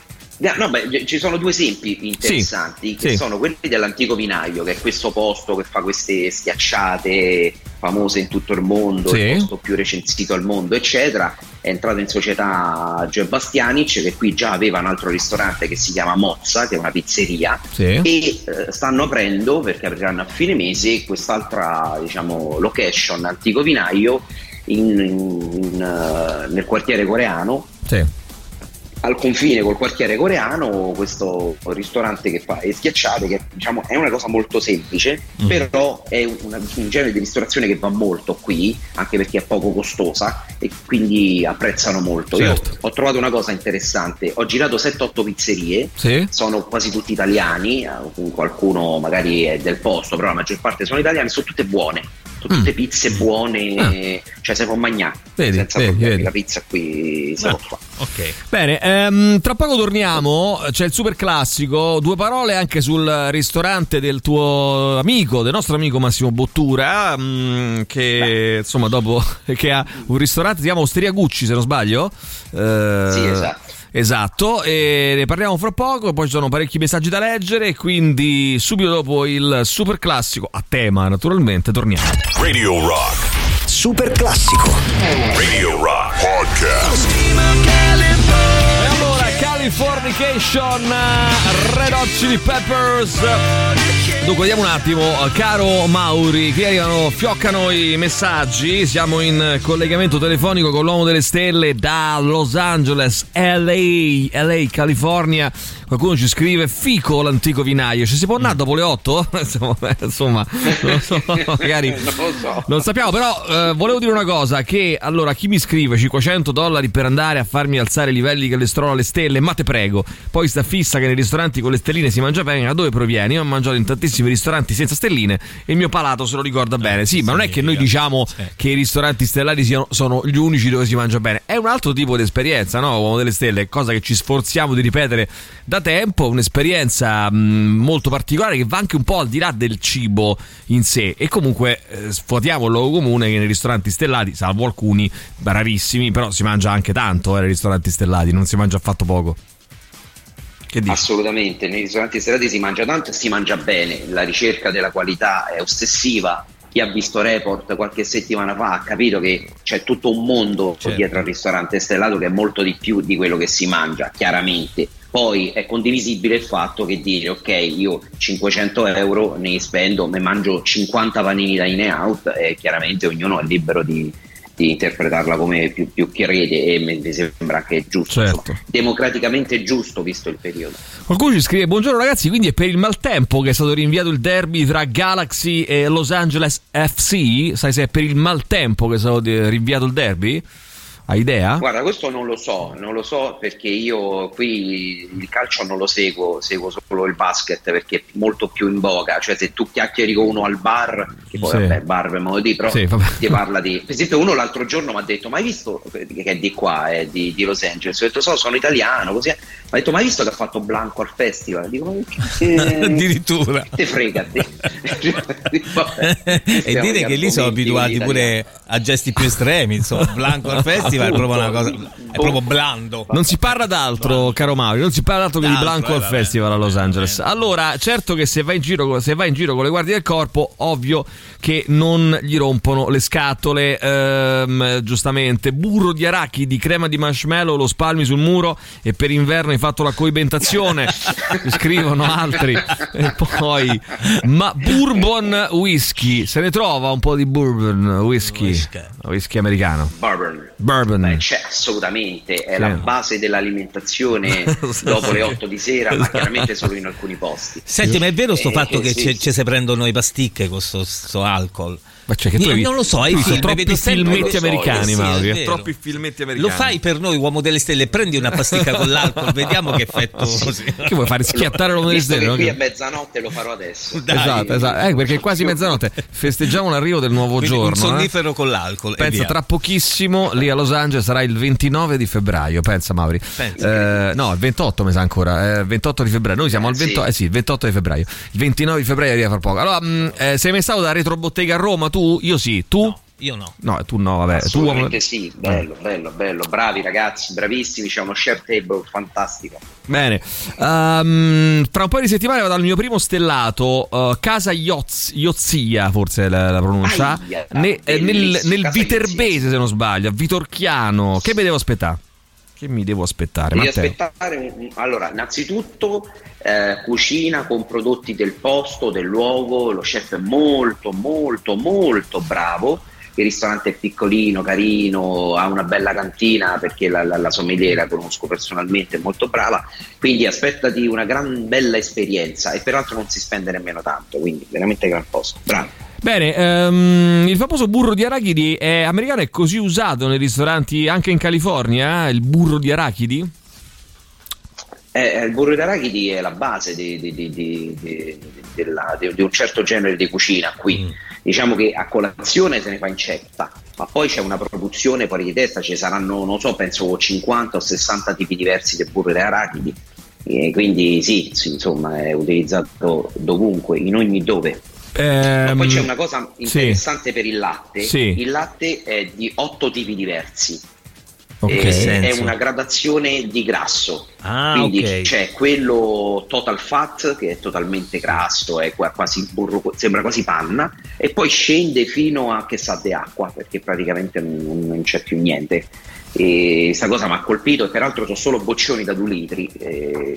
Speaker 14: No, beh, ci sono due esempi interessanti, sì, che sì. sono quelli dell'Antico Vinaio, che è questo posto che fa queste schiacciate famose in tutto il mondo, sì. il posto più recensito al mondo, eccetera. È entrato in società Joe Bastianic, che qui già aveva un altro ristorante che si chiama Mozza, che è una pizzeria, sì. e eh, stanno aprendo, perché apriranno a fine mese, quest'altra, diciamo, location Antico Vinaio in, in, in, uh, nel quartiere coreano, sì. al confine col quartiere coreano, questo ristorante che fa le schiacciate, che diciamo è una cosa molto semplice, mm. però è una, un genere di ristorazione che va molto qui, anche perché è poco costosa e quindi apprezzano molto. Certo. Io ho trovato una cosa interessante, ho girato sette otto pizzerie, sì. sono quasi tutti italiani, qualcuno magari è del posto, però la maggior parte sono italiani, sono tutte buone, sono tutte mm. pizze buone, ah. cioè se può mangiare, vedi, senza vedi, problemi, vedi. La pizza qui si ah. può fare.
Speaker 3: Ok, bene, ehm, tra poco torniamo, c'è il super classico, due parole anche sul ristorante del tuo amico, del nostro amico Massimo Bottura, mh, che Beh. insomma dopo che ha un ristorante, si chiama Osteria Gucci se non sbaglio. Eh,
Speaker 14: sì, esatto.
Speaker 3: Esatto, e ne parliamo fra poco, poi ci sono parecchi messaggi da leggere, quindi subito dopo il super classico, a tema naturalmente, torniamo.
Speaker 2: Radio Rock
Speaker 1: Super classico.
Speaker 2: Radio Rock Podcast.
Speaker 3: E allora Californication, Red Hot Chili Peppers. Dunque vediamo un attimo, caro Mauri, qui arrivano, fioccano i messaggi, siamo in collegamento telefonico con l'uomo delle stelle da Los Angeles, L A, L A, California. Qualcuno ci scrive fico l'antico vinaio, ci si può andare dopo le otto? Insomma, non lo so, magari non lo so. Non sappiamo, però eh, volevo dire una cosa, che allora chi mi scrive cinquecento dollari per andare a farmi alzare i livelli di colesterolo alle stelle, ma te prego, poi sta fissa che nei ristoranti con le stelline si mangia bene, da dove provieni? Io ho mangiato in tantissimi ristoranti senza stelline e il mio palato se lo ricorda bene. Sì, ma non è che noi diciamo che i ristoranti stellari siano, sono gli unici dove si mangia bene, è un altro tipo di esperienza, no? Uomo delle stelle, cosa che ci sforziamo di ripetere da tempo, un'esperienza mh, molto particolare che va anche un po' al di là del cibo in sé, e comunque eh, svuotiamo il luogo comune che nei ristoranti stellati, salvo alcuni rarissimi, però si mangia anche tanto eh, nei ristoranti stellati, non si mangia affatto poco. Che dici?
Speaker 14: Assolutamente, nei ristoranti stellati si mangia tanto e si mangia bene, la ricerca della qualità è ossessiva. Chi ha visto Report qualche settimana fa ha capito che c'è tutto un mondo certo. dietro al ristorante stellato che è molto di più di quello che si mangia, chiaramente. Poi è condivisibile il fatto che dire ok, io cinquecento euro ne spendo, ne mangio cinquanta panini da in out, e chiaramente ognuno è libero di, di interpretarla come più, più crede, e mi sembra anche giusto, certo. insomma, democraticamente giusto visto il periodo.
Speaker 3: Qualcuno ci scrive: buongiorno ragazzi, quindi è per il maltempo che è stato rinviato il derby tra Galaxy e Los Angeles F C? Sai se è per il maltempo che è stato rinviato il derby? Hai idea?
Speaker 14: Guarda, questo non lo so, non lo so perché io qui il calcio non lo seguo, seguo solo il basket perché è molto più in voga, cioè se tu chiacchieri con uno al bar, che poi sì. vabbè, bar per modo di, però sì, ti parla di, per esempio uno l'altro giorno mi ha detto, ma hai visto, che è di qua, è di, di Los Angeles, ho detto so, sono italiano, così, mi ha detto, ma hai visto che ha fatto Blanco al festival? Dico, che,
Speaker 3: addirittura
Speaker 14: te frega te.
Speaker 5: E dire che lì sono abituati pure a gesti più estremi, insomma, Blanco al festival è proprio una cosa, è proprio blando.
Speaker 3: Non si parla d'altro, caro Mauri, non si parla d'altro che di Blanco al festival a Los Angeles. Allora, certo che se vai in giro, se vai in giro con le guardie del corpo, ovvio che non gli rompono le scatole, ehm, giustamente. Burro di arachidi, crema di marshmallow, lo spalmi sul muro e per inverno hai fatto la coibentazione. Scrivono altri. E poi, ma bourbon whisky, se ne trova un po' di bourbon whisky, whisky, whisky americano.
Speaker 14: Bourbon.
Speaker 3: Bourbon.
Speaker 14: Beh, c'è assolutamente, è sì. la base dell'alimentazione dopo le otto di sera, esatto. ma chiaramente solo in alcuni posti.
Speaker 5: Senti, ma è vero sto
Speaker 14: eh,
Speaker 5: fatto che
Speaker 14: sì.
Speaker 5: ci si prendono i pasticche con sto alcol?
Speaker 3: Ma cioè che tu
Speaker 5: Io,
Speaker 3: hai
Speaker 5: non lo so, hai
Speaker 3: visto troppi filmetti americani, Mauri.
Speaker 5: Sì,
Speaker 3: troppi filmetti americani.
Speaker 5: Lo fai per noi, uomo delle stelle, prendi una pasticca con l'alcol, vediamo che effetto. Sì.
Speaker 3: Che vuoi fare, schiattare l'uomo delle stelle?
Speaker 14: Qui
Speaker 3: no?
Speaker 14: a mezzanotte lo farò adesso.
Speaker 5: Dai.
Speaker 3: Esatto, esatto. Eh, perché è quasi mezzanotte. Festeggiamo l'arrivo del nuovo
Speaker 5: Quindi
Speaker 3: giorno.
Speaker 5: Un sonnifero
Speaker 3: eh?
Speaker 5: con l'alcol.
Speaker 3: Pensa, tra pochissimo lì a Los Angeles sarà il ventinove di febbraio. Pensa, Mauri. Pensa. Eh, no, il ventotto mi sa ancora. Eh, ventotto di febbraio. Noi siamo eh, al ventotto, sì. Eh sì, il ventotto di febbraio. Il ventinove di febbraio arriva fra poco. Allora, mh, eh, sei mai stato da Retrobottega a Roma? Tu? Io sì. Tu?
Speaker 5: No. Io no.
Speaker 3: No, tu no, vabbè.
Speaker 14: Assolutamente
Speaker 3: tu...
Speaker 14: sì, bello, bello, bello, bravi ragazzi, bravissimi, c'è uno share table fantastico.
Speaker 3: Bene, um, tra un paio di settimane vado al mio primo stellato, uh, Casa Ioz, Iozia, forse è la, la pronuncia,
Speaker 14: Aia,
Speaker 3: ne, nel, nel Viterbese, se non sbaglio, a Vitorchiano. Che mi devo aspettare? Che mi devo aspettare?
Speaker 14: Devi
Speaker 3: Matteo?
Speaker 14: aspettare, allora, innanzitutto eh, cucina con prodotti del posto, del luogo, lo chef è molto, molto, molto bravo. Il ristorante è piccolino, carino, ha una bella cantina perché la, la, la sommelier la conosco personalmente, è molto brava, quindi aspettati una gran bella esperienza e peraltro non si spende nemmeno tanto, quindi veramente gran posto, bravo.
Speaker 3: Bene, um, il famoso burro di arachidi è americano, è così usato nei ristoranti anche in California, eh? Il burro di arachidi?
Speaker 14: Eh, il burro di arachidi è la base di, di, di, di, di, della, di, di un certo genere di cucina qui. Mm. Diciamo che a colazione se ne fa in ceppa, ma poi c'è una produzione fuori di testa, ci saranno, non so, penso cinquanta o sessanta tipi diversi di burro di arachidi, e quindi sì, sì, insomma è utilizzato dovunque, in ogni dove.
Speaker 3: Ehm,
Speaker 14: ma poi c'è una cosa interessante
Speaker 3: sì.
Speaker 14: per il latte,
Speaker 3: sì.
Speaker 14: il latte è di otto tipi diversi.
Speaker 3: Okay.
Speaker 14: Eh, è una gradazione di grasso,
Speaker 5: ah,
Speaker 14: quindi
Speaker 5: okay.
Speaker 14: c'è quello total fat che è totalmente grasso, è quasi burro, sembra quasi panna, e poi scende fino a che sa di acqua perché praticamente non, non c'è più niente. E sta cosa mi ha colpito, e peraltro sono solo boccioni da due litri, e,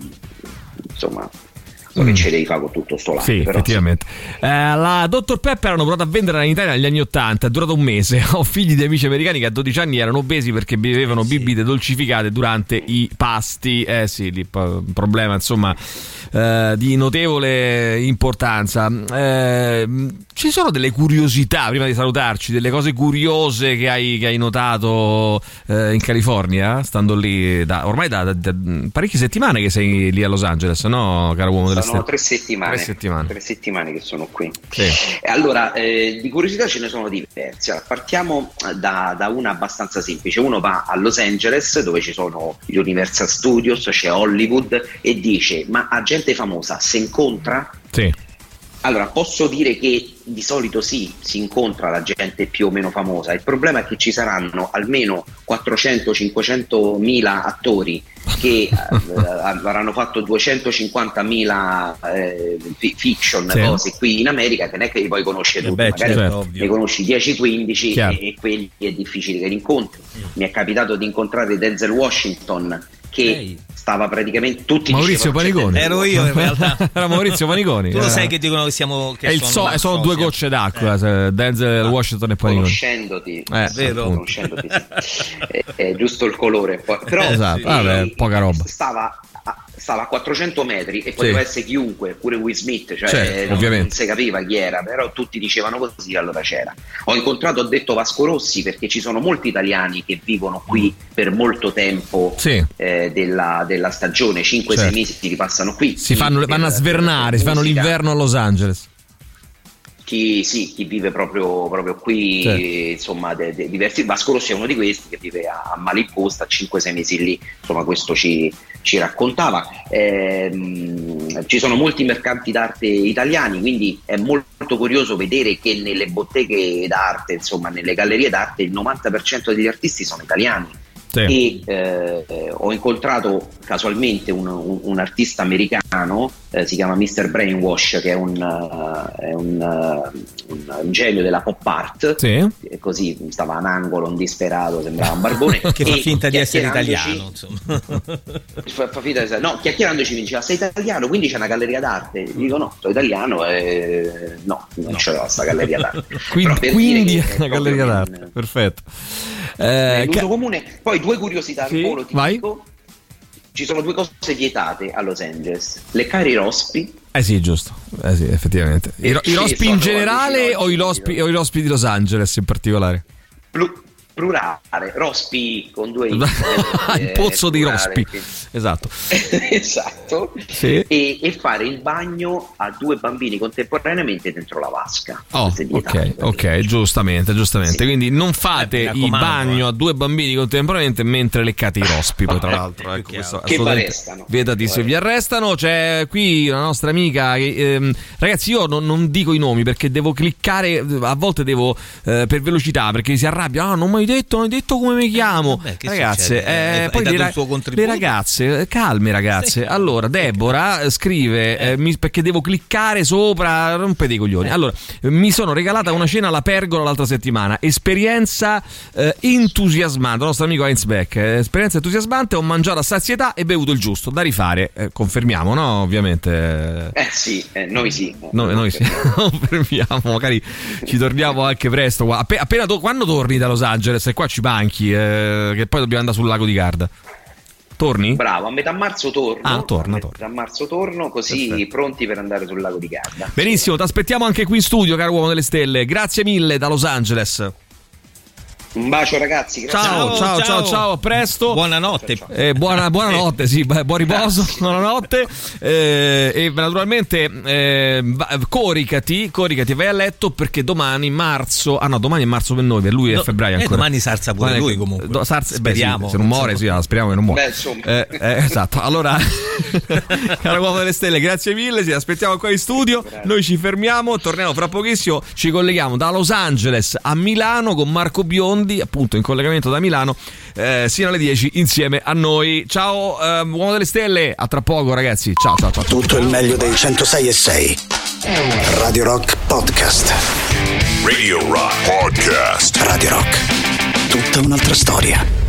Speaker 14: insomma so che ce devi fare con tutto sto latte.
Speaker 3: Sì,
Speaker 14: però
Speaker 3: effettivamente. Sì. Eh, la doctor Pepper hanno provato a venderla in Italia negli anni ottanta, è durato un mese. Ho figli di amici americani che a dodici anni erano obesi perché bevevano bibite dolcificate durante i pasti. Eh sì, lì, un problema insomma eh, di notevole importanza. Eh, ci sono delle curiosità, prima di salutarci, delle cose curiose che hai, che hai notato eh, in California, stando lì da, ormai da, da, da parecchie settimane che sei lì a Los Angeles, no, caro uomo della
Speaker 14: sono tre settimane,
Speaker 3: tre settimane
Speaker 14: tre settimane che sono qui.
Speaker 3: Sì.
Speaker 14: Allora, eh, di curiosità ce ne sono diverse. Allora, partiamo da, da una abbastanza semplice. Uno va a Los Angeles, dove ci sono gli Universal Studios, c'è Hollywood, e dice: ma a gente famosa si incontra?
Speaker 3: Sì.
Speaker 14: Allora, posso dire che di solito sì, si incontra la gente più o meno famosa. Il problema è che ci saranno almeno quattrocento cinquecento mila attori che eh, avranno fatto duecentocinquantamila eh, fiction, sì. cose qui in America, che non è che li puoi conoscere tutti,
Speaker 5: beh,
Speaker 14: magari
Speaker 5: certo,
Speaker 14: ne conosci dieci quindici
Speaker 3: Chiaro.
Speaker 14: e, e quelli è difficile che li incontri. Mm. Mi è capitato di incontrare Denzel Washington, che Ehi. stava praticamente tutti
Speaker 3: Maurizio Paniconi.
Speaker 5: Ero io in realtà.
Speaker 3: Era Maurizio Paniconi.
Speaker 5: Tu lo sai che dicono che siamo che
Speaker 3: è il so, sono due gocce d'acqua, eh. Denzel Washington e Paniconi.
Speaker 14: Conoscendoti,
Speaker 3: eh,
Speaker 14: vero? Conoscendoti sì. è, è giusto il colore, però
Speaker 3: esatto.
Speaker 14: sì,
Speaker 3: Vabbè, poca roba.
Speaker 14: Stava a, stava a quattrocento metri e poteva sì. essere chiunque, pure Will Smith, cioè
Speaker 3: certo,
Speaker 14: non,
Speaker 3: ovviamente.
Speaker 14: non si capiva chi era, però tutti dicevano così, allora c'era. Ho incontrato, ho detto, Vasco Rossi, perché ci sono molti italiani che vivono qui per molto tempo, sì. eh, della, della stagione, cinque sei certo. mesi li passano qui.
Speaker 3: Si fanno,
Speaker 14: per,
Speaker 3: vanno a svernare, si fanno l'inverno a Los Angeles.
Speaker 14: Chi, sì, chi vive proprio, proprio qui, certo. insomma, de, de, diversi. Vasco Rossi è uno di questi che vive a, a Malibu, sta cinque sei mesi lì, insomma, questo ci, ci raccontava. Ehm, ci sono molti mercanti d'arte italiani, quindi è molto curioso vedere che nelle botteghe d'arte, insomma, nelle gallerie d'arte, il novanta per cento degli artisti sono italiani. Sì. E eh, ho incontrato casualmente un, un, un artista americano, eh, si chiama mister Brainwash, che è un, uh, è un, uh, un, un genio della pop art, sì. e così stava a un angolo, un disperato, sembrava un barbone
Speaker 5: che fa finta di essere italiano, insomma.
Speaker 14: fa, fa finta di, no, chiacchierandoci mi diceva: sei italiano, quindi c'è una galleria d'arte? Gli dico: no, sono italiano e no, non no. c'è questa galleria d'arte.
Speaker 3: quindi per quindi è una galleria d'arte in, perfetto,
Speaker 14: eh, l'uso ca- comune. Poi due curiosità
Speaker 3: sì,
Speaker 14: al volo, ti dico. Ci sono due cose vietate a Los Angeles: leccare i rospi.
Speaker 3: Eh sì, giusto, eh sì, effettivamente. I, ro- i rospi in generale o i rospi, o i rospi di Los Angeles in particolare?
Speaker 14: Blu- plurale, Rospi con due i,
Speaker 3: il pozzo di Rospi,
Speaker 14: che...
Speaker 3: esatto
Speaker 14: esatto sì. e, e fare il bagno a due bambini contemporaneamente dentro la vasca.
Speaker 3: Oh, ok, ok, giustamente, giustamente. Sì. Quindi non fate eh, il bagno a due bambini contemporaneamente mentre leccate i rospi, poi tra l'altro ecco, questo
Speaker 14: che vi arrestano.
Speaker 3: Vedati se vi arrestano. C'è qui una nostra amica che, ehm, ragazzi, io non, non dico i nomi perché devo cliccare, a volte devo eh, per velocità, perché si arrabbia. Ah, non mi hai detto, non hai detto come mi chiamo.
Speaker 5: Vabbè,
Speaker 3: ragazze, eh,
Speaker 5: hai,
Speaker 3: poi
Speaker 5: hai
Speaker 3: le, ra- le ragazze, calme ragazze. Sì. Allora, Deborah scrive eh, mi, perché devo cliccare sopra, rompete i coglioni. Allora, mi sono regalata una cena alla Pergola l'altra settimana. Esperienza eh, entusiasmante. Il nostro amico Heinz Beck. Eh, esperienza entusiasmante. Ho mangiato a sazietà e bevuto il giusto. Da rifare, eh, confermiamo, no? Ovviamente.
Speaker 14: Eh sì, eh, noi sì.
Speaker 3: No, noi sì. Confermiamo. Magari ci torniamo anche presto. App- appena to- quando torni da Los Angeles e qua ci banchi, eh, che poi dobbiamo andare sul lago di Garda. Torni?
Speaker 14: Bravo, a metà marzo torno.
Speaker 3: Ah, torna,
Speaker 14: a
Speaker 3: torna.
Speaker 14: metà marzo torno, così perfetto. Pronti per andare sul lago di Garda.
Speaker 3: Benissimo, ti aspettiamo anche qui in studio, caro uomo delle stelle. Grazie mille da Los Angeles.
Speaker 14: Un bacio ragazzi,
Speaker 3: grazie. Ciao, ciao, ciao, ciao, ciao, a presto.
Speaker 5: Buonanotte.
Speaker 3: Ciao, ciao. Eh, buona, buonanotte, sì, buon riposo, buonanotte. Eh, e naturalmente eh, coricati, coricati, vai a letto perché domani marzo, ah no, domani è marzo per noi, per lui è
Speaker 5: no,
Speaker 3: febbraio ancora.
Speaker 5: Eh, domani sarza pure domani, lui comunque. Do, sarza,
Speaker 3: speriamo. Beh, sì, se non muore, sì, speriamo che non muore. Beh, eh, eh, esatto, allora, caro uomo delle stelle, grazie mille, ci aspettiamo qua in studio, grazie. Noi ci fermiamo, torniamo fra pochissimo, ci colleghiamo da Los Angeles a Milano con Marco Biondi, appunto in collegamento da Milano eh, sino alle dieci insieme a noi. Ciao eh, uomo delle stelle, a tra poco ragazzi, ciao ciao ciao.
Speaker 1: Tutto il meglio dei centosei e sei Radio Rock Podcast.
Speaker 2: Radio Rock Podcast.
Speaker 1: Radio Rock, tutta un'altra storia.